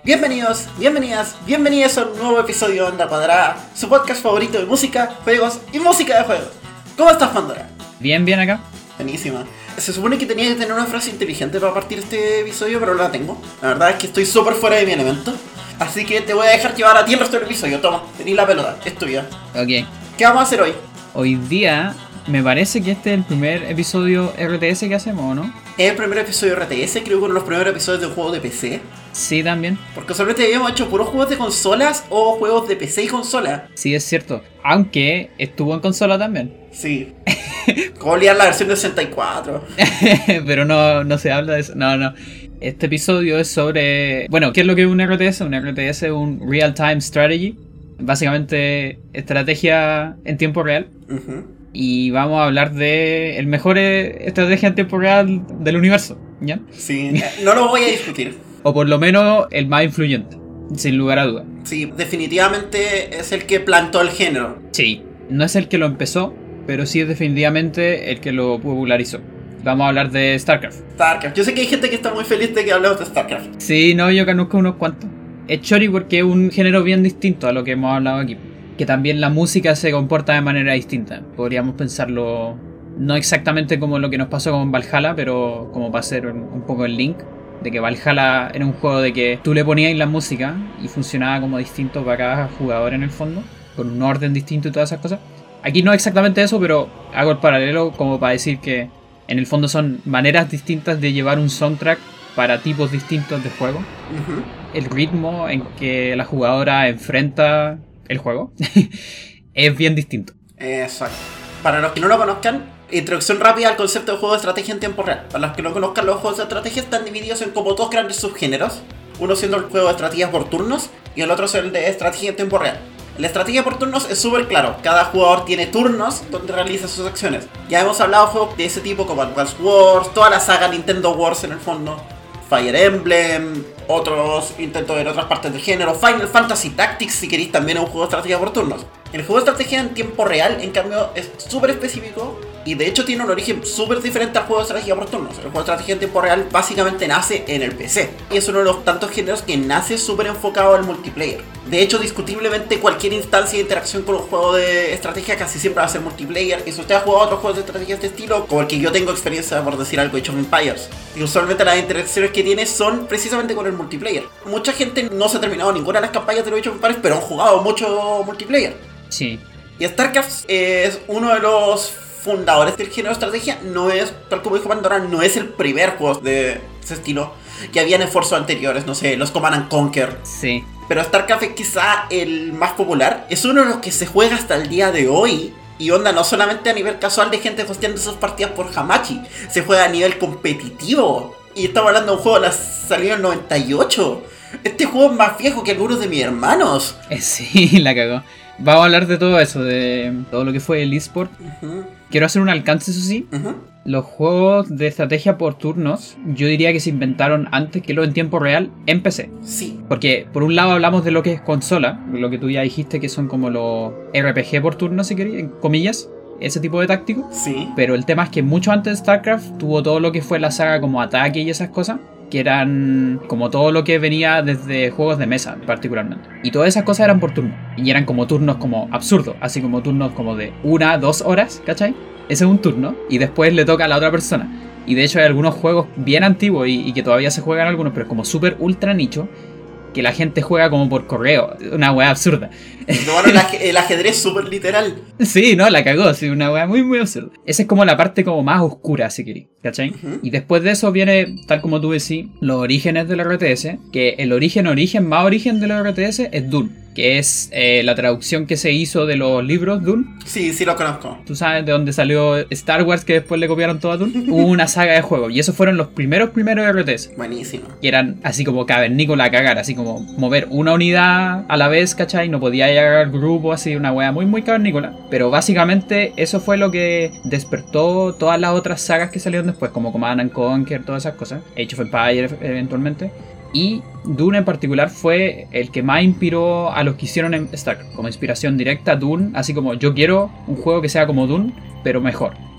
Bienvenidos, bienvenidas, bienvenidos a un nuevo episodio de Onda Cuadrada, su podcast favorito de música, juegos y música de juegos. ¿Cómo estás, Pandora? Bien acá. Buenísima. Se supone que tenía que tener una frase inteligente para partir este episodio, pero no la tengo. La verdad es que estoy súper fuera de mi elemento. Así que te voy a dejar llevar a ti el resto del episodio. Toma, tenés la pelota, es tuya. Ok. ¿Qué vamos a hacer hoy? Hoy día me parece que este es el primer episodio RTS que hacemos, ¿no? Es el primer episodio RTS, creo que uno de los primeros episodios de un juego de PC. Sí, también. Porque solamente habíamos hecho puros juegos de consolas o juegos de PC y consola. Sí, es cierto. Aunque estuvo en consola también. Sí. ¿Cómo olvidar la versión de 64? Pero no se habla de eso. No. Este episodio es sobre... Bueno, ¿qué es lo que es un RTS? Un RTS es un Real Time Strategy. Básicamente, estrategia en tiempo real. Y vamos a hablar de el mejor estrategia en tiempo real del universo, ¿ya? Sí, no lo voy a discutir. O por lo menos el más influyente, sin lugar a duda. Sí, definitivamente es el que plantó el género. Sí, no es el que lo empezó, pero sí es definitivamente el que lo popularizó. Vamos a hablar de StarCraft. StarCraft. Yo sé que hay gente que está muy feliz de que hablemos de StarCraft. Sí, no, yo conozco unos cuantos. Es chori porque es un género bien distinto a lo que hemos hablado aquí. Que también la música se comporta de manera distinta. Podríamos pensarlo no exactamente como lo que nos pasó con Valhalla, pero como para hacer un poco el link. De que Valhalla era un juego de que tú le ponías la música y funcionaba como distinto para cada jugador en el fondo, con un orden distinto y todas esas cosas. Aquí no es exactamente eso, pero hago el paralelo como para decir que en el fondo son maneras distintas de llevar un soundtrack para tipos distintos de juego. El ritmo en que la jugadora enfrenta el juego es bien distinto. Exacto. Para los que no lo conozcan, introducción rápida al concepto de juego de estrategia en tiempo real. Para los que no conozcan, los juegos de estrategia están divididos en como dos grandes subgéneros. Uno siendo el juego de estrategia por turnos y el otro es el de estrategia en tiempo real. La estrategia por turnos es súper claro. Cada jugador tiene turnos donde realiza sus acciones. Ya hemos hablado de juegos de ese tipo como Advance Wars, toda la saga Nintendo Wars en el fondo, Fire Emblem, otros intentos en otras partes del género, Final Fantasy Tactics si queréis también es un juego de estrategia por turnos. El juego de estrategia en tiempo real, en cambio, es súper específico y de hecho tiene un origen súper diferente al juego de estrategia por turnos. El juego de estrategia en tiempo real básicamente nace en el PC y es uno de los tantos géneros que nace súper enfocado al multiplayer. De hecho, discutiblemente cualquier instancia de interacción con un juego de estrategia casi siempre va a ser multiplayer. Y si usted ha jugado otros juegos de estrategia de este estilo, como el que yo tengo experiencia, por decir algo, Age of Empires, y usualmente las interacciones que tiene son precisamente con el multiplayer. Mucha gente no se ha terminado ninguna de las campañas de Age of Empires, pero han jugado mucho multiplayer. Sí. Y StarCraft es uno de los fundadores del género de estrategia. No es, tal como dijo Pandora, no es el primer juego de ese estilo. Ya habían esfuerzos anteriores, no sé, los Command and Conquer. Sí. Pero StarCraft es quizá el más popular. Es uno de los que se juega hasta el día de hoy. Y onda, no solamente a nivel casual de gente hosteando sus partidas por Hamachi. Se juega a nivel competitivo. Y estamos hablando de un juego que salió en el 98. Este juego es más viejo que algunos de mis hermanos. Sí, la cagó. Vamos a hablar de todo eso, de todo lo que fue el eSport. Quiero hacer un alcance, eso sí. Los juegos de estrategia por turnos, yo diría que se inventaron antes que lo en tiempo real en PC. Sí. Porque por un lado hablamos de lo que es consola, lo que tú ya dijiste que son como los RPG por turnos, si queréis, en comillas, ese tipo de táctico. Sí. Pero el tema es que mucho antes de StarCraft tuvo todo lo que fue la saga como Ataque y esas cosas, que eran como todo lo que venía desde juegos de mesa particularmente. Y todas esas cosas eran por turno. Y eran como turnos como absurdos, así como turnos como de 1-2 horas, ¿cachai? Ese es un turno y después le toca a la otra persona. Y de hecho hay algunos juegos bien antiguos y que todavía se juegan algunos, pero es como súper ultra nicho, que la gente juega como por correo. Una weá absurda. No, bueno, el ajedrez súper literal. Sí, no, la cagó, sí, una weá muy muy absurda. Esa es como la parte como más oscura, si queréis, ¿cachai? Y después de eso viene, tal como tú decís, los orígenes del RTS, que el origen más origen del RTS es Dune, que es la traducción que se hizo de los libros Dune. Sí, sí lo conozco. ¿Tú sabes de dónde salió Star Wars, que después le copiaron todo a Dune? Hubo una saga de juegos, y esos fueron los primeros RTS. Buenísimo. Que eran así como cavernícola a cagar, así como mover una unidad a la vez, ¿cachai? No podía llegar al grupo, así, una wea muy muy cavernícola. Pero básicamente eso fue lo que despertó todas las otras sagas que salieron después, como Command and Conquer, todas esas cosas. Age of Empires eventualmente. Y Dune en particular fue el que más inspiró a los que hicieron en StarCraft. Como inspiración directa, Dune, así como yo quiero un juego que sea como Dune, pero mejor.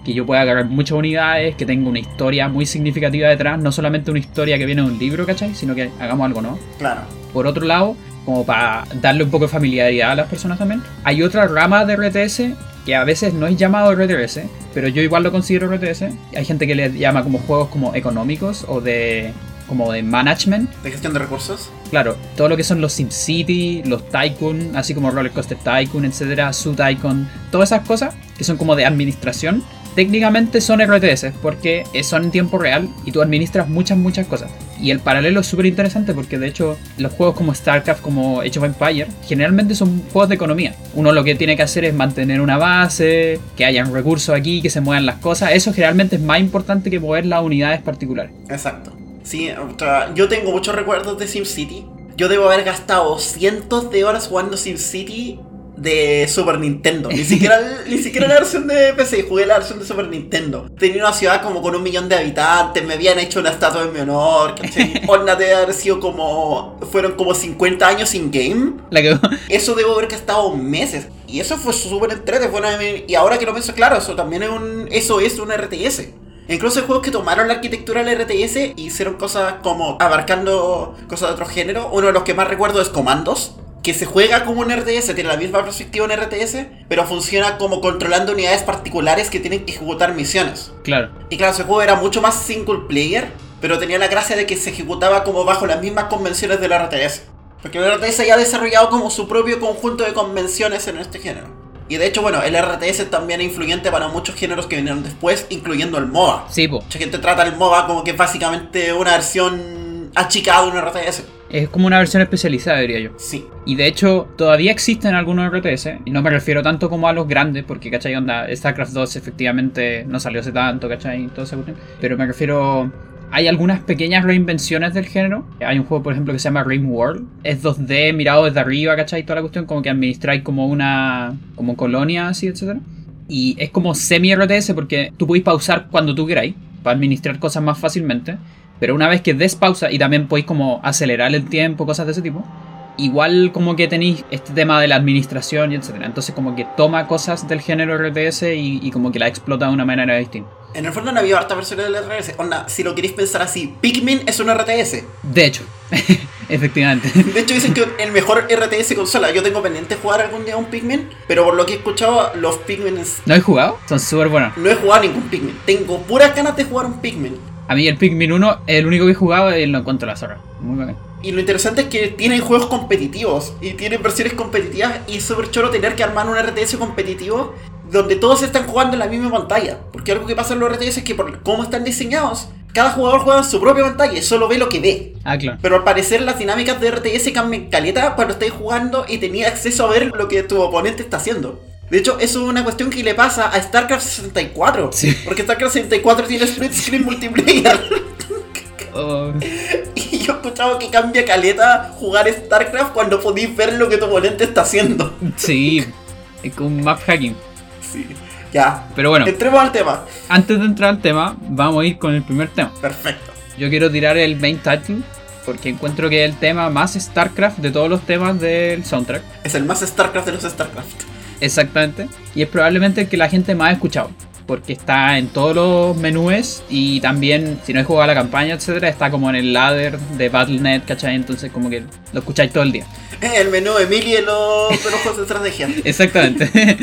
que yo pueda agarrar muchas unidades, que tenga una historia muy significativa detrás, no solamente una historia que viene de un libro, ¿cachai? Sino que hagamos algo, ¿no? Claro. Por otro lado, como para darle un poco de familiaridad a las personas también, hay otra rama de RTS que a veces no es llamado RTS, pero yo igual lo considero RTS. Hay gente que le llama como juegos como económicos o de como de management. ¿De gestión de recursos? Claro, todo lo que son los SimCity, los Tycoon, así como Roller Coaster Tycoon, etcétera, Zoo Tycoon, todas esas cosas que son como de administración, técnicamente son RTS porque son en tiempo real y tú administras muchas cosas. Y el paralelo es súper interesante porque de hecho los juegos como StarCraft, como Age of Empires, generalmente son juegos de economía. Uno lo que tiene que hacer es mantener una base, que hayan recursos aquí, que se muevan las cosas. Eso generalmente es más importante que mover las unidades particulares. Exacto. Sí, yo tengo muchos recuerdos de SimCity. Yo debo haber gastado cientos de horas jugando SimCity de Super Nintendo. Ni siquiera la versión de PC, jugué la versión de Super Nintendo. Tenía una ciudad como con 1 millón de habitantes, me habían hecho una estatua en mi honor, ¿cachai? Onda de haber sido como... Fueron como 50 años in game. Eso debo haber gastado meses. Y eso fue súper entretenido. Y ahora que lo pienso, claro, eso también es un RTS. Incluso hay juegos que tomaron la arquitectura del RTS y hicieron cosas como abarcando cosas de otro género. Uno de los que más recuerdo es Commandos, que se juega como un RTS, tiene la misma perspectiva en RTS, pero funciona como controlando unidades particulares que tienen que ejecutar misiones. Claro. Y claro, ese juego era mucho más single player, pero tenía la gracia de que se ejecutaba como bajo las mismas convenciones del RTS. Porque el RTS ya ha desarrollado como su propio conjunto de convenciones en este género. Y de hecho, bueno, el RTS también es influyente para muchos géneros que vinieron después, incluyendo el MOBA. Sí, po. Mucha gente trata el MOBA como que es básicamente una versión achicada de un RTS. Es como una versión especializada, diría yo. Sí. Y de hecho, todavía existen algunos RTS, y no me refiero tanto como a los grandes, porque, ¿cachai? Onda, StarCraft 2 efectivamente no salió hace tanto, ¿cachai? Todo esa cuestión. Pero me refiero... Hay algunas pequeñas reinvenciones del género. Hay un juego, por ejemplo, que se llama RimWorld. Es 2D, mirado desde arriba, ¿cachai? Toda la cuestión, como que administráis como una... como colonia, así, etcétera. Y es como semi-RTS porque tú podéis pausar cuando tú queráis, para administrar cosas más fácilmente. Pero una vez que des pausa, y también podéis como acelerar el tiempo, cosas de ese tipo, igual como que tenéis este tema de la administración y etcétera. Entonces como que toma cosas del género RTS y como que la explota de una manera distinta. En el fondo no había harta versiones del RTS. Onda, si lo queréis pensar así, Pikmin es un RTS. De hecho, efectivamente. De hecho dicen que el mejor RTS consola. Yo tengo pendiente jugar algún día un Pikmin, pero por lo que he escuchado, los Pikmin... ¿No he jugado? Son súper buenos. No he jugado ningún Pikmin. Tengo puras ganas de jugar un Pikmin. A mí el Pikmin 1 es el único que he jugado y lo encuentro la zorra. Muy bacán. Y lo interesante es que tienen juegos competitivos y tienen versiones competitivas y es súper choro tener que armar un RTS competitivo donde todos están jugando en la misma pantalla. Porque algo que pasa en los RTS es que por cómo están diseñados, cada jugador juega en su propia pantalla y solo ve lo que ve. Ah, claro. Pero al parecer las dinámicas de RTS cambian caleta cuando estáis jugando y tenías acceso a ver lo que tu oponente está haciendo. De hecho, eso es una cuestión que le pasa a StarCraft 64. Sí. Porque StarCraft 64 tiene split screen multiplayer. Oh. Y yo he escuchado que cambia caleta jugar StarCraft cuando podéis ver lo que tu oponente está haciendo. Sí, es como un map hacking. Sí, ya. Pero bueno, entremos al tema. Antes de entrar al tema, vamos a ir con el primer tema. Perfecto. Yo quiero tirar el main title porque encuentro que es el tema más StarCraft de todos los temas del soundtrack. Es el más StarCraft de los StarCraft. Exactamente. Y es probablemente el que la gente más ha escuchado. Porque está en todos los menús y también, si no he jugado la campaña, etcétera, está como en el ladder de Battle.net, ¿cachai? Entonces como que lo escucháis todo el día. El menú de Emily de los juegos de estrategia. Exactamente.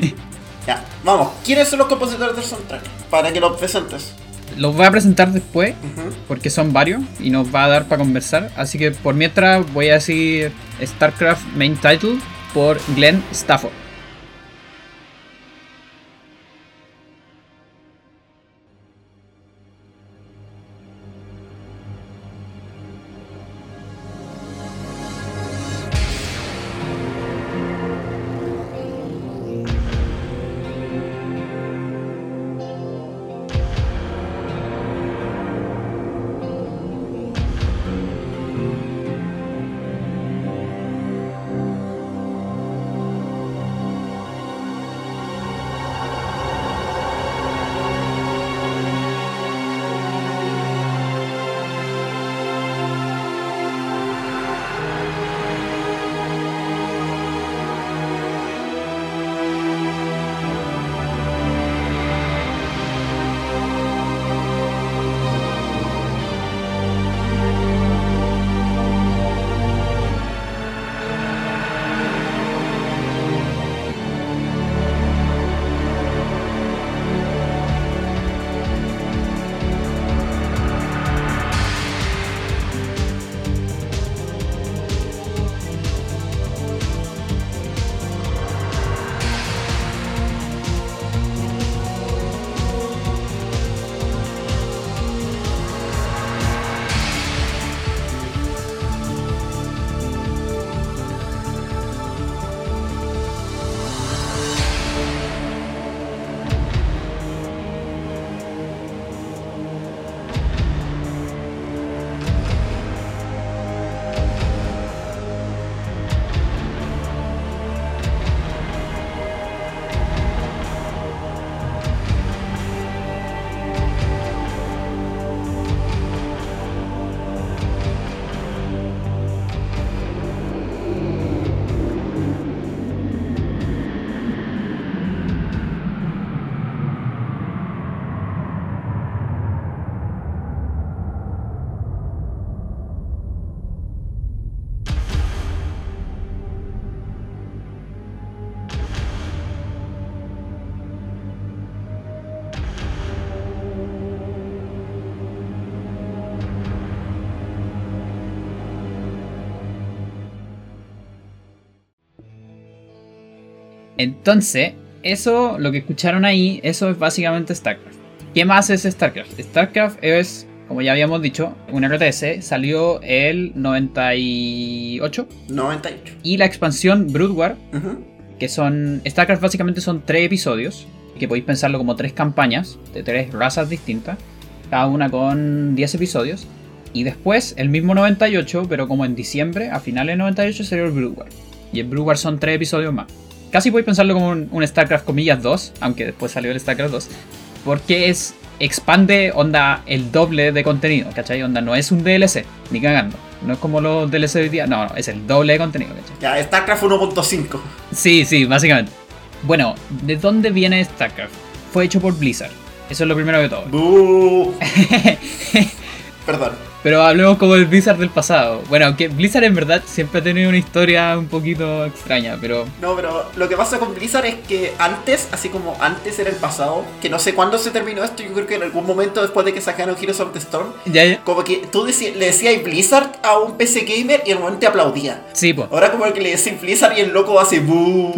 Ya, vamos. ¿Quiénes son los compositores del soundtrack? Para que los presentes. Los voy a presentar después, porque son varios y nos va a dar para conversar. Así que por mientras voy a decir StarCraft Main Title por Glenn Stafford. Entonces, eso, lo que escucharon ahí, eso es básicamente StarCraft. ¿Qué más es StarCraft? StarCraft es, como ya habíamos dicho, un RTS, salió el 98. 98. Y la expansión Brood War, Ujú. que son... StarCraft básicamente son 3 episodios, que podéis pensarlo como 3 campañas, de 3 razas distintas, cada una con 10 episodios. Y después, el mismo 98, pero como en diciembre, a finales de 98, salió el Brood War. Y el Brood War son 3 episodios más. Casi podéis pensarlo como un StarCraft comillas 2, aunque después salió el StarCraft 2. Porque expande, onda, el doble de contenido, ¿cachai? Onda, no es un DLC, ni cagando. No es como los DLC de hoy día, no, es el doble de contenido, ¿cachai? Ya, StarCraft 1.5. Sí, básicamente. Bueno, ¿de dónde viene StarCraft? Fue hecho por Blizzard. Eso es lo primero de todo. ¡Bú! Perdón. Pero hablemos como el Blizzard del pasado. Bueno, que Blizzard en verdad siempre ha tenido una historia un poquito extraña, pero... No, pero lo que pasa con Blizzard es que antes, así como antes era el pasado, que no sé cuándo se terminó esto, yo creo que en algún momento después de que sacaron Heroes of the Storm, Ya. como que tú le decías Blizzard a un PC gamer y el momento te aplaudía. Sí, pues. Ahora como que le decís Blizzard y el loco hace buh.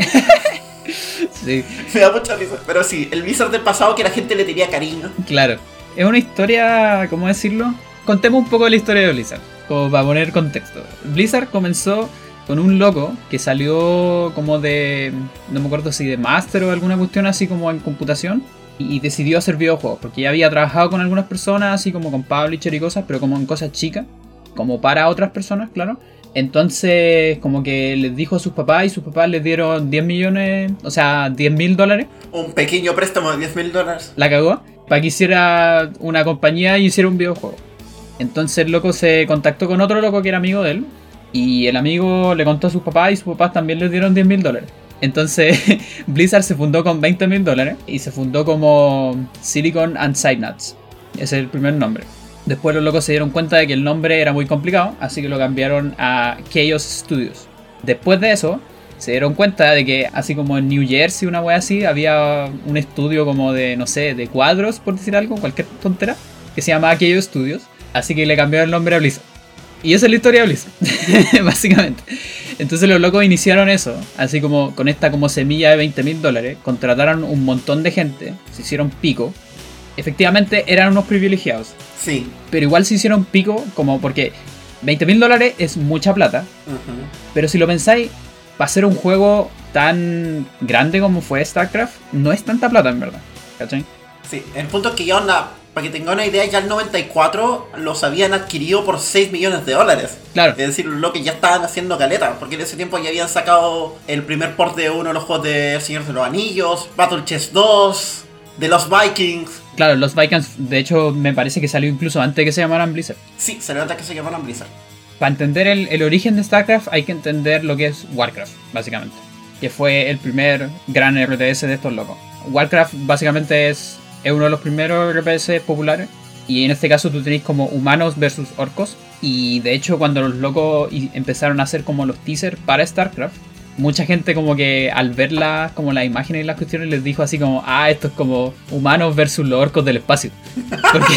Sí, Me da mucha risa. Pero sí, el Blizzard del pasado que la gente le tenía cariño. claro. Es una historia, ¿cómo decirlo? Contemos un poco de la historia de Blizzard, como para poner contexto. Blizzard comenzó con un loco que salió como de... no me acuerdo si de máster o alguna cuestión así como en computación. Y decidió hacer videojuegos, porque ya había trabajado con algunas personas, así como con publisher y cosas, pero como en cosas chicas, como para otras personas, claro. Entonces, como que les dijo a sus papás y sus papás les dieron 10 millones, o sea, $10,000, Un pequeño préstamo de $10,000. la cagó, para que hiciera una compañía y hiciera un videojuego. Entonces el loco se contactó con otro loco que era amigo de él, y el amigo le contó a sus papás y sus papás también les dieron $10,000. Entonces Blizzard se fundó con $20,000 y se fundó como Silicon and Psynuts. Ese es el primer nombre. Después los locos se dieron cuenta de que el nombre era muy complicado, así que lo cambiaron a Chaos Studios. Después de eso, se dieron cuenta de que, así como en New Jersey, una wea así, había un estudio como de, no sé, de cuadros, por decir algo, cualquier tontera, que se llamaba Chaos Studios. Así que le cambiaron el nombre a Blizzard. Y esa es la historia de Blizzard, básicamente. Entonces los locos iniciaron eso, así como con esta como semilla de $20,000, contrataron un montón de gente, se hicieron pico. Efectivamente eran unos privilegiados, Sí. pero igual se hicieron pico como porque $20,000 es mucha plata, Ujú. pero si lo pensáis, para hacer un juego tan grande como fue StarCraft, no es tanta plata en verdad, ¿cachai? Sí, el punto es que ya onda, para que tengan una idea, ya el 94 los habían adquirido por $6 millones. Claro, Es decir, lo que ya estaban haciendo caleta, porque en ese tiempo ya habían sacado el primer port de uno de los juegos de El Señor de los Anillos, Battle Chess 2, de los Vikings. claro, los Vikings, de hecho, me parece que salió incluso antes de que se llamaran Blizzard. Sí, se levanta que se llamaban Blizzard. Para entender el origen de StarCraft hay que entender lo que es Warcraft, básicamente. Que fue el primer gran RTS de estos locos. Warcraft básicamente es uno de los primeros RTS populares. Y en este caso tú tenéis como humanos versus orcos. Y de hecho cuando los locos empezaron a hacer como los teasers para StarCraft, mucha gente como que al ver como las imágenes y las cuestiones les dijo así como, esto es como humanos versus los orcos del espacio. Porque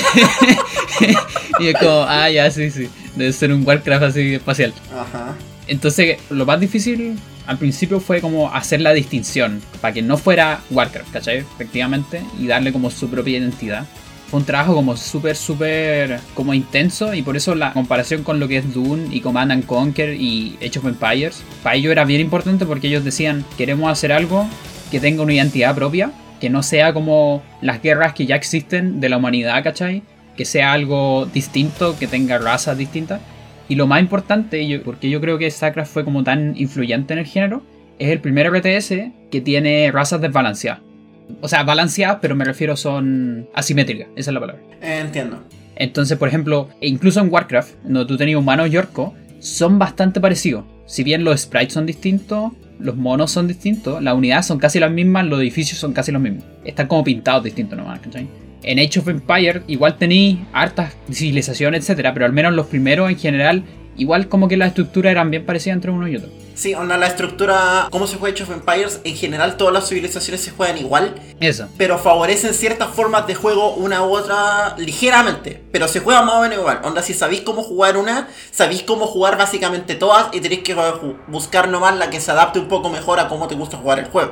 y es como, ya, sí, debe ser un Warcraft así espacial. Ajá. Entonces lo más difícil al principio fue como hacer la distinción para que no fuera Warcraft, ¿cachai? Efectivamente, y darle como su propia identidad. Fue un trabajo como súper como intenso, y por eso la comparación con lo que es Dune y Command and Conquer y Age of Empires, para ellos era bien importante porque ellos decían, queremos hacer algo que tenga una identidad propia, que no sea como las guerras que ya existen de la humanidad, ¿cachai? Que sea algo distinto, que tenga razas distintas. Y lo más importante, porque yo creo que StarCraft fue como tan influyente en el género, es el primer RTS que tiene razas desbalanceadas. O sea, balanceadas, pero me refiero son asimétricas, esa es la palabra. Entiendo. Entonces, por ejemplo, incluso en Warcraft, donde tú tenías humanos y orcos, son bastante parecidos. Si bien los sprites son distintos, los monos son distintos, las unidades son casi las mismas, los edificios son casi los mismos. Están como pintados distintos nomás, ¿cachai? En Age of Empires igual tenéis hartas civilizaciones, etcétera, pero al menos los primeros en general, igual como que las estructuras eran bien parecidas entre uno y otro. Sí, onda, la estructura, cómo se juega Age of Empires, en general todas las civilizaciones se juegan igual, Eso. pero favorecen ciertas formas de juego una u otra ligeramente, pero se juega más o menos igual. Onda, si sabéis cómo jugar una, sabéis cómo jugar básicamente todas y tenéis que buscar nomás la que se adapte un poco mejor a cómo te gusta jugar el juego.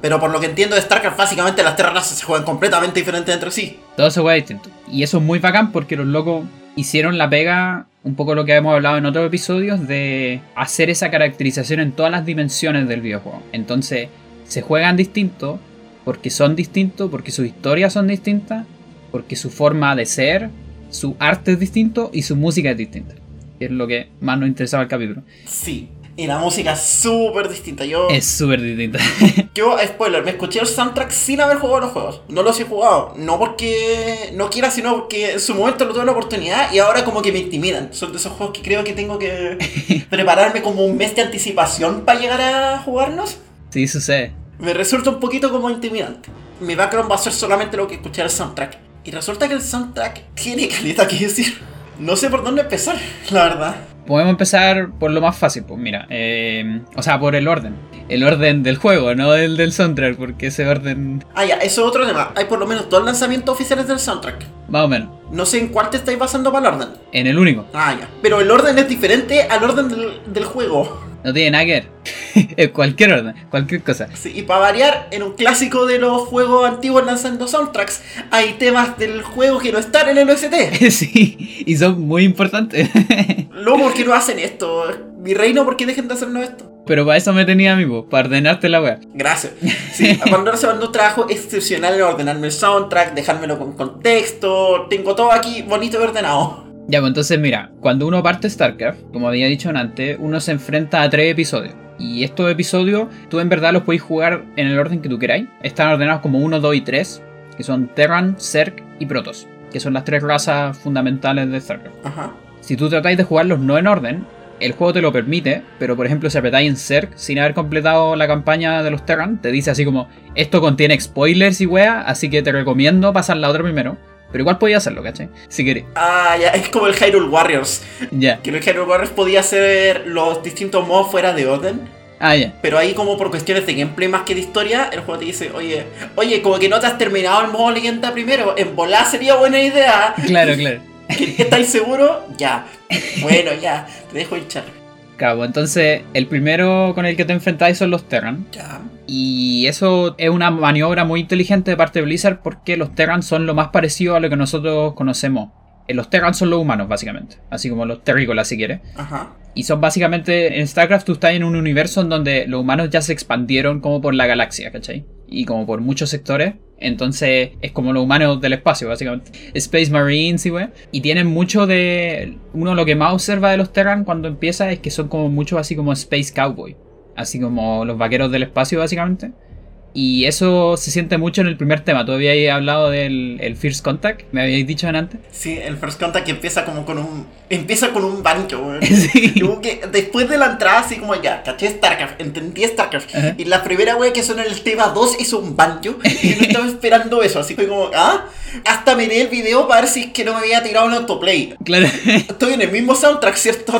Pero por lo que entiendo de StarCraft, básicamente las terras se juegan completamente diferentes entre sí. Todo se juega distinto. Y eso es muy bacán porque los locos hicieron la pega, un poco lo que hemos hablado en otros episodios, de hacer esa caracterización en todas las dimensiones del videojuego. Entonces, se juegan distintos porque son distintos, porque sus historias son distintas, porque su forma de ser, su arte es distinto y su música es distinta. Que es lo que más nos interesaba el capítulo. Sí. Y la música es súper distinta. Es súper distinta. Yo, spoiler, me escuché el soundtrack sin haber jugado los juegos. No los he jugado. No porque no quiera, sino porque en su momento lo tuve la oportunidad y ahora como que me intimidan. Son de esos juegos que creo que tengo que prepararme como un mes de anticipación para llegar a jugarlos. Sí, sucede. Me resulta un poquito como intimidante. Mi background va a ser solamente lo que escuché el soundtrack. Y resulta que el soundtrack tiene caleta que decir. No sé por dónde empezar, la verdad. Podemos empezar por lo más fácil, pues mira, o sea, por el orden. El orden del juego, no el del soundtrack, porque ese orden... Ya, eso es otro tema. Hay por lo menos 2 lanzamientos oficiales del soundtrack. Más o menos. No sé en cuál te estáis basando para el orden. En el único. Ya. Pero el orden es diferente al orden del juego. No tiene nada que ver. Es cualquier orden, cualquier cosa. Sí, y para variar, en un clásico de los juegos antiguos lanzando soundtracks, hay temas del juego que no están en el OST. Sí, y son muy importantes. Luego, ¿por qué no hacen esto? Mi reino, ¿por qué dejen de hacernos esto? Pero para eso me tenía a mí, para ordenarte la wea. Gracias. Sí, cuando se mandó un trabajo excepcional en ordenarme el soundtrack, dejármelo con contexto, tengo todo aquí bonito y ordenado. Ya, pues entonces mira, cuando uno parte StarCraft, como había dicho antes, uno se enfrenta a 3 episodios. Y estos episodios, tú en verdad los podéis jugar en el orden que tú queráis. Están ordenados como 1, 2 y 3, que son Terran, Zerg y Protoss, que son las 3 razas fundamentales de StarCraft. Ajá. Si tú tratáis de jugarlos no en orden, el juego te lo permite, pero por ejemplo si apretáis en Zerg sin haber completado la campaña de los Terran, te dice así como, esto contiene spoilers y wea, así que te recomiendo pasar la otra primero. Pero igual podía hacerlo, ¿cachai? Si querés. Ya, es como el Hyrule Warriors. Ya. Que el Hyrule Warriors podía hacer los distintos modos fuera de orden. Ya. Pero ahí como por cuestiones de gameplay más que de historia, el juego te dice, oye, como que no te has terminado el modo leyenda primero, en volar sería buena idea. Claro. ¿Estáis seguros? Ya. Bueno, ya, te dejo hinchar. Cabo, entonces el primero con el que te enfrentáis son los Terran. Ya. Y eso es una maniobra muy inteligente de parte de Blizzard porque los Terran son lo más parecido a lo que nosotros conocemos. Los Terran son los humanos, básicamente. Así como los terrícolas, si quieres. Ajá. Y son básicamente... En StarCraft tú estás en un universo en donde los humanos ya se expandieron como por la galaxia, ¿cachai? Y como por muchos sectores. Entonces es como los humanos del espacio, básicamente. Space Marines y wey. Y tienen mucho de... Uno lo que más observa de los Terran cuando empieza es que son como mucho así como Space Cowboy. Así como los vaqueros del espacio, básicamente. Y eso se siente mucho en el primer tema. Tú habías hablado del First Contact, me habíais dicho antes. Sí, el First Contact que empieza como con un... Empieza con un banjo, güey. Sí. Como que después de la entrada, así como ya, caché StarCraft, entendí StarCraft. Ajá. Y la primera, güey, que suena en el tema 2 es un banjo. Y no estaba esperando eso, así fue como, hasta miré el video para ver si es que no me había tirado un autoplay. Claro. Estoy en el mismo soundtrack, ¿cierto?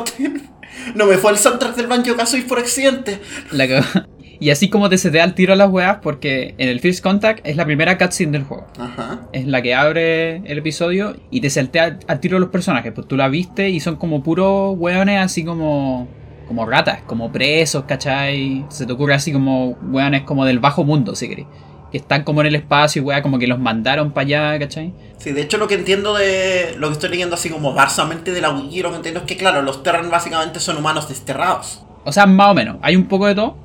No me fue el soundtrack del Banjo Kazooie por accidente. La cagó. Y así como te setea al tiro a las weas, porque en el First Contact es la primera cutscene del juego. Ajá. Es la que abre el episodio y te setea al tiro los personajes. Pues tú la viste y son como puros weones así como ratas, como presos, ¿cachai? Se te ocurre así como weones como del bajo mundo, si querés. Que están como en el espacio y wea, como que los mandaron para allá, ¿cachai? Sí, de hecho lo que entiendo de... Lo que estoy leyendo así como barsamente de la wiki, lo que entiendo es que claro, los Terran básicamente son humanos desterrados. O sea, más o menos. Hay un poco de todo.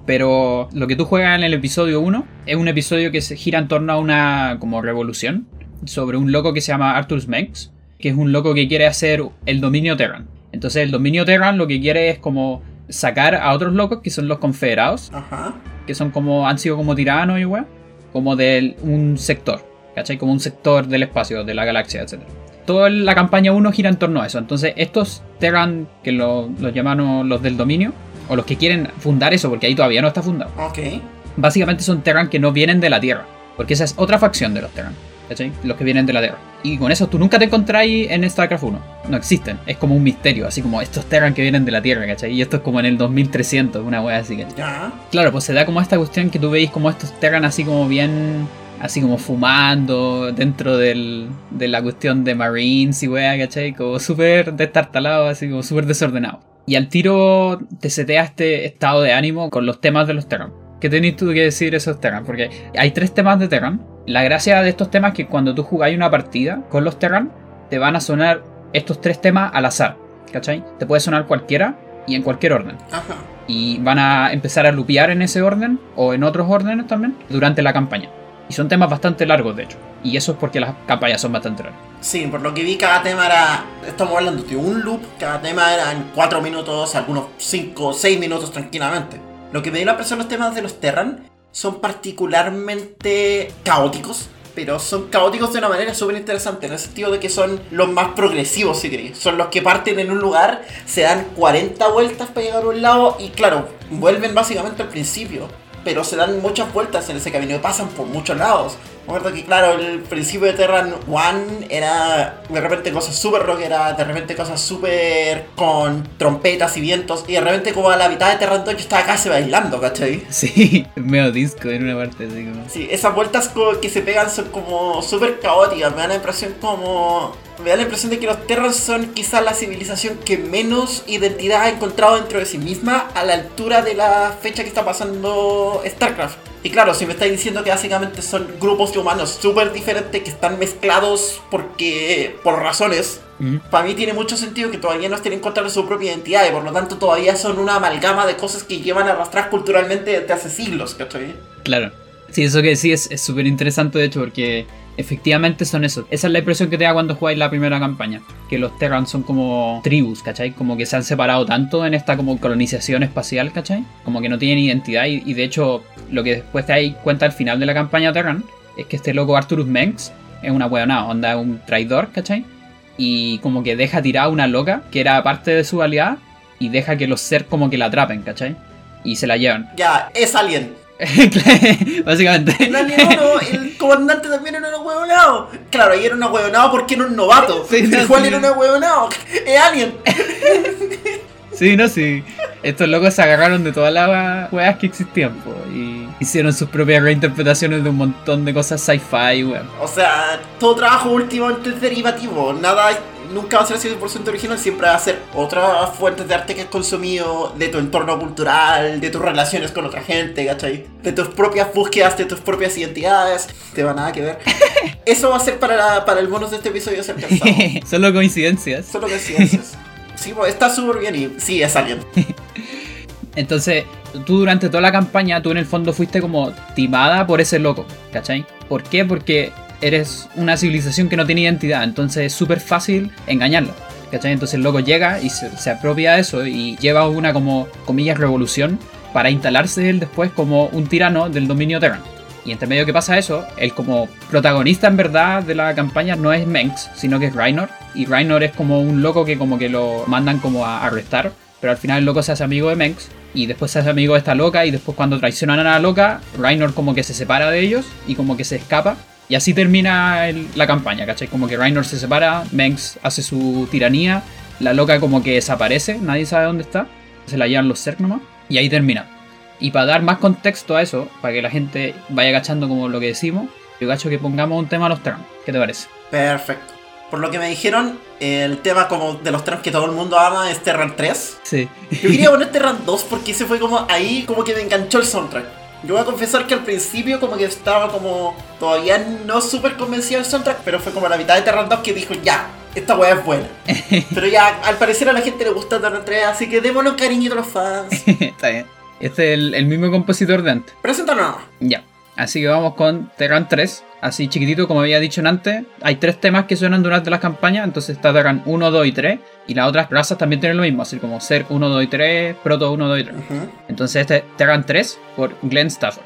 Pero lo que tú juegas en el episodio 1 es un episodio que se gira en torno a una como revolución sobre un loco que se llama Arthur Mengs, que es un loco que quiere hacer el dominio Terran. Entonces el dominio Terran lo que quiere es como sacar a otros locos que son los confederados. Ajá. Que son como, han sido como tiranos y weá, como de un sector, ¿cachai? Como un sector del espacio, de la galaxia, etc. Toda la campaña 1 gira en torno a eso. Entonces estos Terran, que los llaman los del dominio, o los que quieren fundar eso, porque ahí todavía no está fundado. Ok. Básicamente son Terran que no vienen de la Tierra, porque esa es otra facción de los Terran, ¿cachai? Los que vienen de la Tierra. Y con eso tú nunca te encontráis en StarCraft 1. No existen. Es como un misterio, así como estos Terran que vienen de la Tierra, ¿cachai? Y esto es como en el 2300, una wea así, ¿cachai? Ya. Claro, pues se da como esta cuestión que tú veis como estos Terran así como bien... Así como fumando dentro de la cuestión de Marines y wea, ¿cachai? Como súper destartalado, así como súper desordenado. Y al tiro te setea este estado de ánimo con los temas de los Terran. ¿Qué tenés tú que decir esos Terran? Porque hay 3 temas de Terran. La gracia de estos temas es que cuando tú jugáis una partida con los Terran, te van a sonar estos 3 temas al azar, ¿cachai? Te puede sonar cualquiera y en cualquier orden. Ajá. Y van a empezar a lupear en ese orden o en otros órdenes también durante la campaña. Y son temas bastante largos, de hecho. Y eso es porque las campañas son bastante largas. Sí, por lo que vi, cada tema era... Estamos hablando de un loop, cada tema era en 4 minutos, algunos 5 o 6 minutos tranquilamente. Lo que me dio la impresión los temas de los Terran son particularmente caóticos, pero son caóticos de una manera súper interesante, en el sentido de que son los más progresivos, si queréis. Son los que parten en un lugar, se dan 40 vueltas para llegar a un lado y claro, vuelven básicamente al principio, pero se dan muchas vueltas en ese camino y pasan por muchos lados. Me acuerdo que claro, el principio de Terran 1 era de repente cosas súper rockeras, de repente cosas súper con trompetas y vientos, y de repente como a la mitad de Terran 2 yo estaba casi bailando, ¿cachai? Sí, medio disco en una parte así como... Sí, esas vueltas que se pegan son como súper caóticas, me da la impresión de que los Terrans son quizás la civilización que menos identidad ha encontrado dentro de sí misma a la altura de la fecha que está pasando StarCraft. Y claro, si me estáis diciendo que básicamente son grupos de humanos súper diferentes que están mezclados por razones, para mí tiene mucho sentido que todavía no estén encontrando su propia identidad y por lo tanto todavía son una amalgama de cosas que llevan a arrastrar culturalmente desde hace siglos, ¿cachai? Claro. Sí, eso que sí es súper interesante de hecho porque efectivamente son eso. Esa es la impresión que te da cuando jugáis la primera campaña. Que los Terran son como tribus, ¿cachai? Como que se han separado tanto en esta como colonización espacial, ¿cachai? Como que no tienen identidad y de hecho lo que después te das cuenta al final de la campaña Terran es que este loco Arturus Mengs es una hueonada, onda un traidor, ¿cachai? Y como que deja tirar a una loca que era parte de su aliada y deja que los Zerg como que la atrapen, ¿cachai? Y se la llevan. Ya, es Alien. Básicamente. En Alien 1, el comandante también era un huevonao. Claro, ahí era un huevonao porque era un novato. Sí, no, igual sí. era un huevonao. Es Alien. Sí, no, sí. Estos locos se agarraron de todas las weas que existían, po, y hicieron sus propias reinterpretaciones de un montón de cosas sci-fi, weón. O sea, todo trabajo últimamente es derivativo. Nunca va a ser 100% original, siempre va a ser otras fuentes de arte que has consumido, de tu entorno cultural, de tus relaciones con otra gente, ¿cachai? De tus propias búsquedas, de tus propias identidades. Te va nada que ver. Eso va a ser para el bonus de este episodio ser pensado. Solo coincidencias. Solo coincidencias. Sí, pues está súper bien y sí, es Alien. Entonces, tú durante toda la campaña, tú en el fondo fuiste como timada por ese loco, ¿cachai? ¿Por qué? Porque eres una civilización que no tiene identidad, entonces es súper fácil engañarlo, ¿cachai? Entonces el loco llega y se apropia de eso y lleva una como, comillas, revolución para instalarse él después como un tirano del dominio Terran. Y entre medio que pasa eso, el como protagonista en verdad de la campaña no es Mengs, sino que es Raynor. Y Raynor es como un loco que como que lo mandan como a arrestar, pero al final el loco se hace amigo de Mengs y después se hace amigo de esta loca y después cuando traicionan a la loca, Raynor como que se separa de ellos y como que se escapa. Y así termina la campaña, ¿cachai? Como que Raynor se separa, Mengs hace su tiranía, la loca como que desaparece, nadie sabe dónde está, se la llevan los Zerg nomás, y ahí termina. Y para dar más contexto a eso, para que la gente vaya cachando como lo que decimos, yo cacho que pongamos un tema a los Terran. ¿Qué te parece? Perfecto. Por lo que me dijeron, el tema como de los Terran que todo el mundo ama es Terran 3. Sí. Yo quería poner Terran 2 porque ese fue como ahí como que me enganchó el soundtrack. Yo voy a confesar que al principio como que estaba como todavía no súper convencido del soundtrack, pero fue como a la mitad de Terran 2 que dijo ya, esta weá es buena. Pero ya al parecer a la gente le gusta Terran 3, así que démonos cariñito a los fans. Está bien. Este es el mismo compositor de antes. Preséntanos. Ya. Así que vamos con Terran 3. Así chiquitito, como había dicho antes. Hay 3 temas que suenan durante las campañas. Entonces está Terran 1, 2 y 3. Y las otras razas también tienen lo mismo. Así como Zerg 1, 2 y 3. Proto 1, 2 y 3. Entonces este es Terran 3 por Glenn Stafford.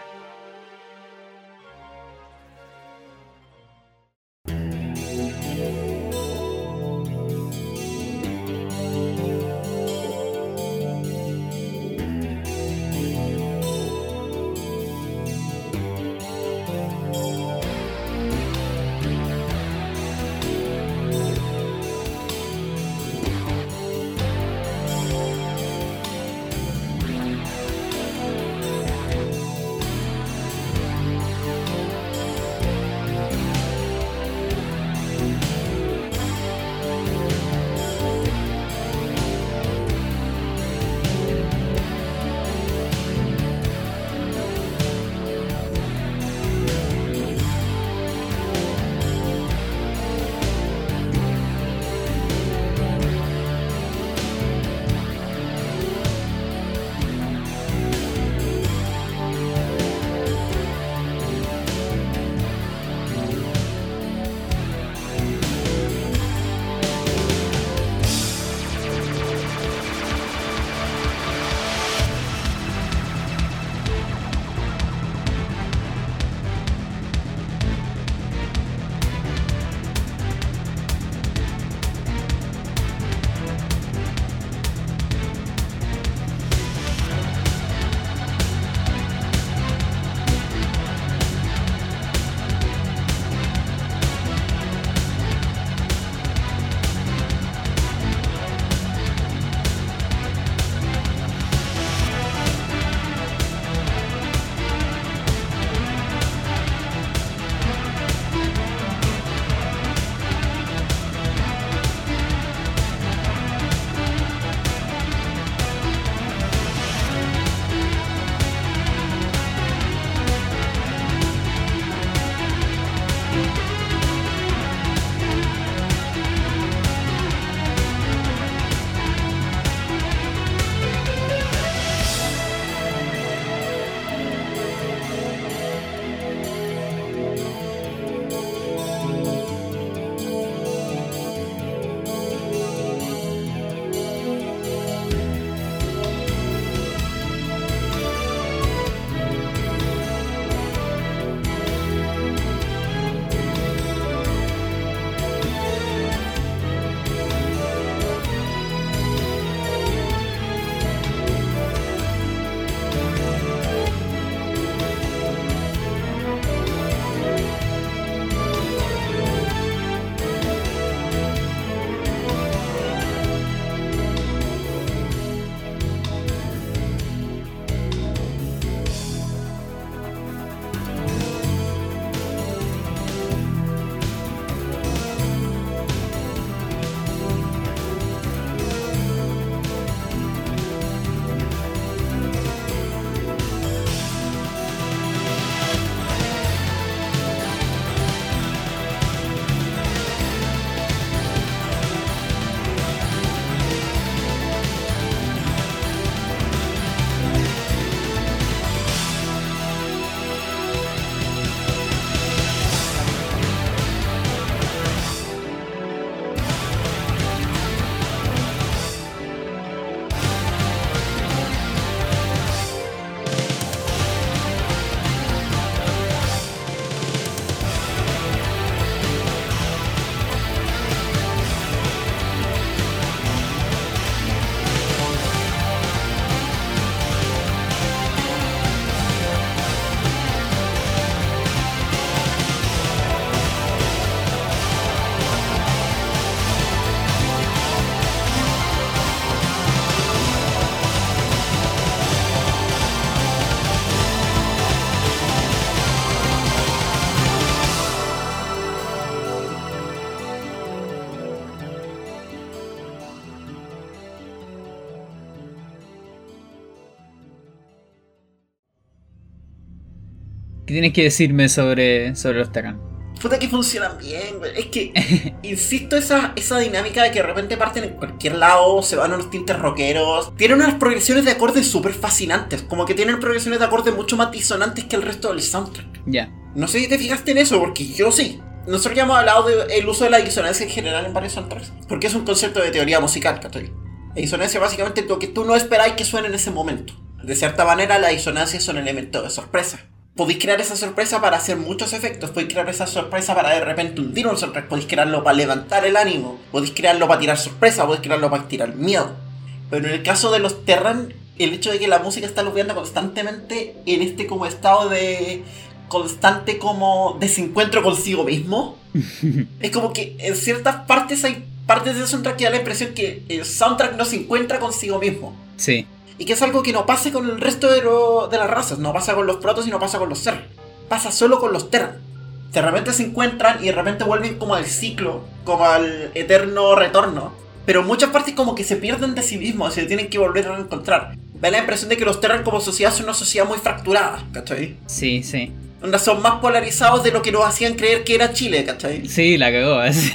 ¿Qué tienes que decirme sobre los Terran? Puta que funcionan bien, güey. Es que, insisto, esa dinámica de que de repente parten en cualquier lado, se van a unos tintes rockeros. Tienen unas progresiones de acordes súper fascinantes. Como que tienen progresiones de acordes mucho más disonantes que el resto del soundtrack. Ya. No sé si te fijaste en eso, porque yo sí. Nosotros ya hemos hablado del uso de la disonancia en general en varios soundtracks. Porque es un concepto de teoría musical, ¿cachai? La disonancia básicamente es lo que tú no esperáis que suene en ese momento. De cierta manera, la disonancia es un elemento de sorpresa. Podéis crear esa sorpresa para hacer muchos efectos. Podéis crear esa sorpresa para de repente hundir un soundtrack. Podéis crearlo para levantar el ánimo. Podéis crearlo para tirar sorpresa. Podéis crearlo para tirar miedo. Pero en el caso de los Terran, el hecho de que la música está lupeando constantemente en este como estado de constante como desencuentro consigo mismo. Es como que en ciertas partes hay partes del soundtrack que da la impresión que el soundtrack no se encuentra consigo mismo. Sí. Y que es algo que no pasa con el resto de las razas. No pasa con los protos y no pasa con los Zerg. Pasa solo con los Terran. De repente se encuentran y de repente vuelven como al ciclo, como al eterno retorno. Pero en muchas partes como que se pierden de sí mismos y se tienen que volver a encontrar. Da la impresión de que los Terran como sociedad son una sociedad muy fracturada, ¿cachai? Sí, sí. Donde son más polarizados de lo que nos hacían creer que era Chile, ¿cachai? Sí, la cagó.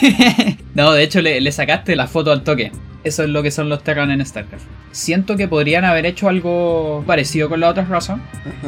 No, de hecho le sacaste la foto al toque. Eso es lo que son los Terran en StarCraft. Siento que podrían haber hecho algo parecido con la otra raza,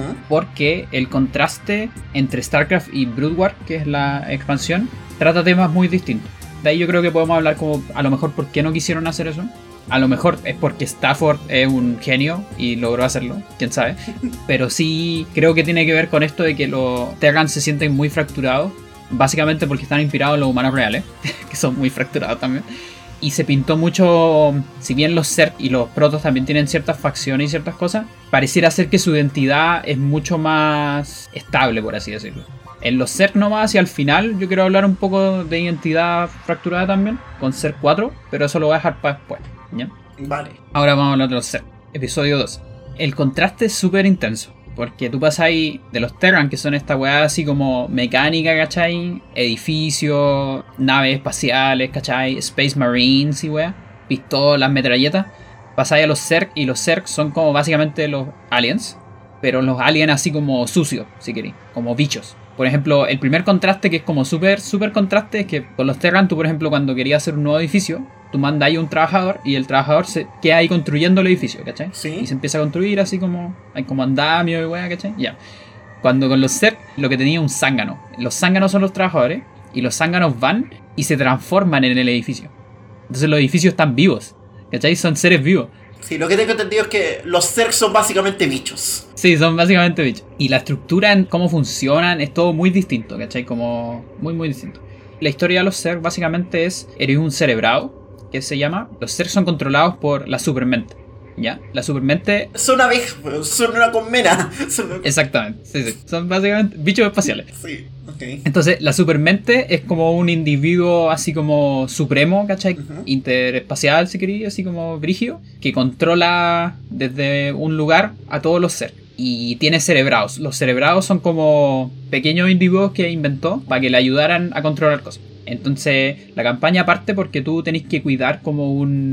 porque el contraste entre StarCraft y Brood War, que es la expansión, trata temas muy distintos. De ahí yo creo que podemos hablar como a lo mejor por qué no quisieron hacer eso. A lo mejor es porque Stafford es un genio y logró hacerlo, quién sabe. Pero sí creo que tiene que ver con esto de que los Terran se sienten muy fracturados, básicamente porque están inspirados en los humanos reales, que son muy fracturados también. Y se pintó mucho, si bien los Zerg y los Protoss también tienen ciertas facciones y ciertas cosas, pareciera ser que su identidad es mucho más estable, por así decirlo. En los Zerg nomás y al final yo quiero hablar un poco de identidad fracturada también, con Zerg 4, pero eso lo voy a dejar para después, ¿ya? Vale. Ahora vamos a hablar de los Zerg. Episodio 2. El contraste es súper intenso. Porque tú pasas ahí de los Terran, que son esta weá así como mecánica, ¿cachai? Edificios, naves espaciales, ¿cachai? Space Marines y weá. Pistolas, metralletas. Pasas a los Zerg y los Zerg son como básicamente los aliens. Pero los aliens así como sucios, si queréis. Como bichos. Por ejemplo, el primer contraste que es como súper contraste es que con los Terran tú, por ejemplo, cuando querías hacer un nuevo edificio, tú mandas ahí un trabajador y el trabajador se queda ahí construyendo el edificio, ¿cachai? Sí. Y se empieza a construir así como, hay como andamio y weá, ¿cachai? Ya. Cuando con los Zerg lo que tenía un zángano. Los zánganos son los trabajadores y los zánganos van y se transforman en el edificio. Entonces los edificios están vivos, ¿cachai? Son seres vivos. Sí, lo que tengo entendido es que los Zerg son básicamente bichos. Sí, son básicamente bichos. Y la estructura en cómo funcionan es todo muy distinto, ¿cachai? Como muy distinto. La historia de los Zerg básicamente es, eres un cerebrado, que se llama. Los Zerg son controlados por la supermente, ¿ya? La supermente... Son abejas, son una colmena. Exactamente, sí. Son básicamente bichos espaciales. Sí, ok. Entonces, la supermente es como un individuo así como supremo, ¿cachai? Interespacial, si queréis, así como brígido, que controla desde un lugar a todos los Zerg. Y tiene cerebrados. Los cerebrados son como pequeños individuos que inventó para que le ayudaran a controlar cosas. Entonces, la campaña parte porque tú tenés que cuidar como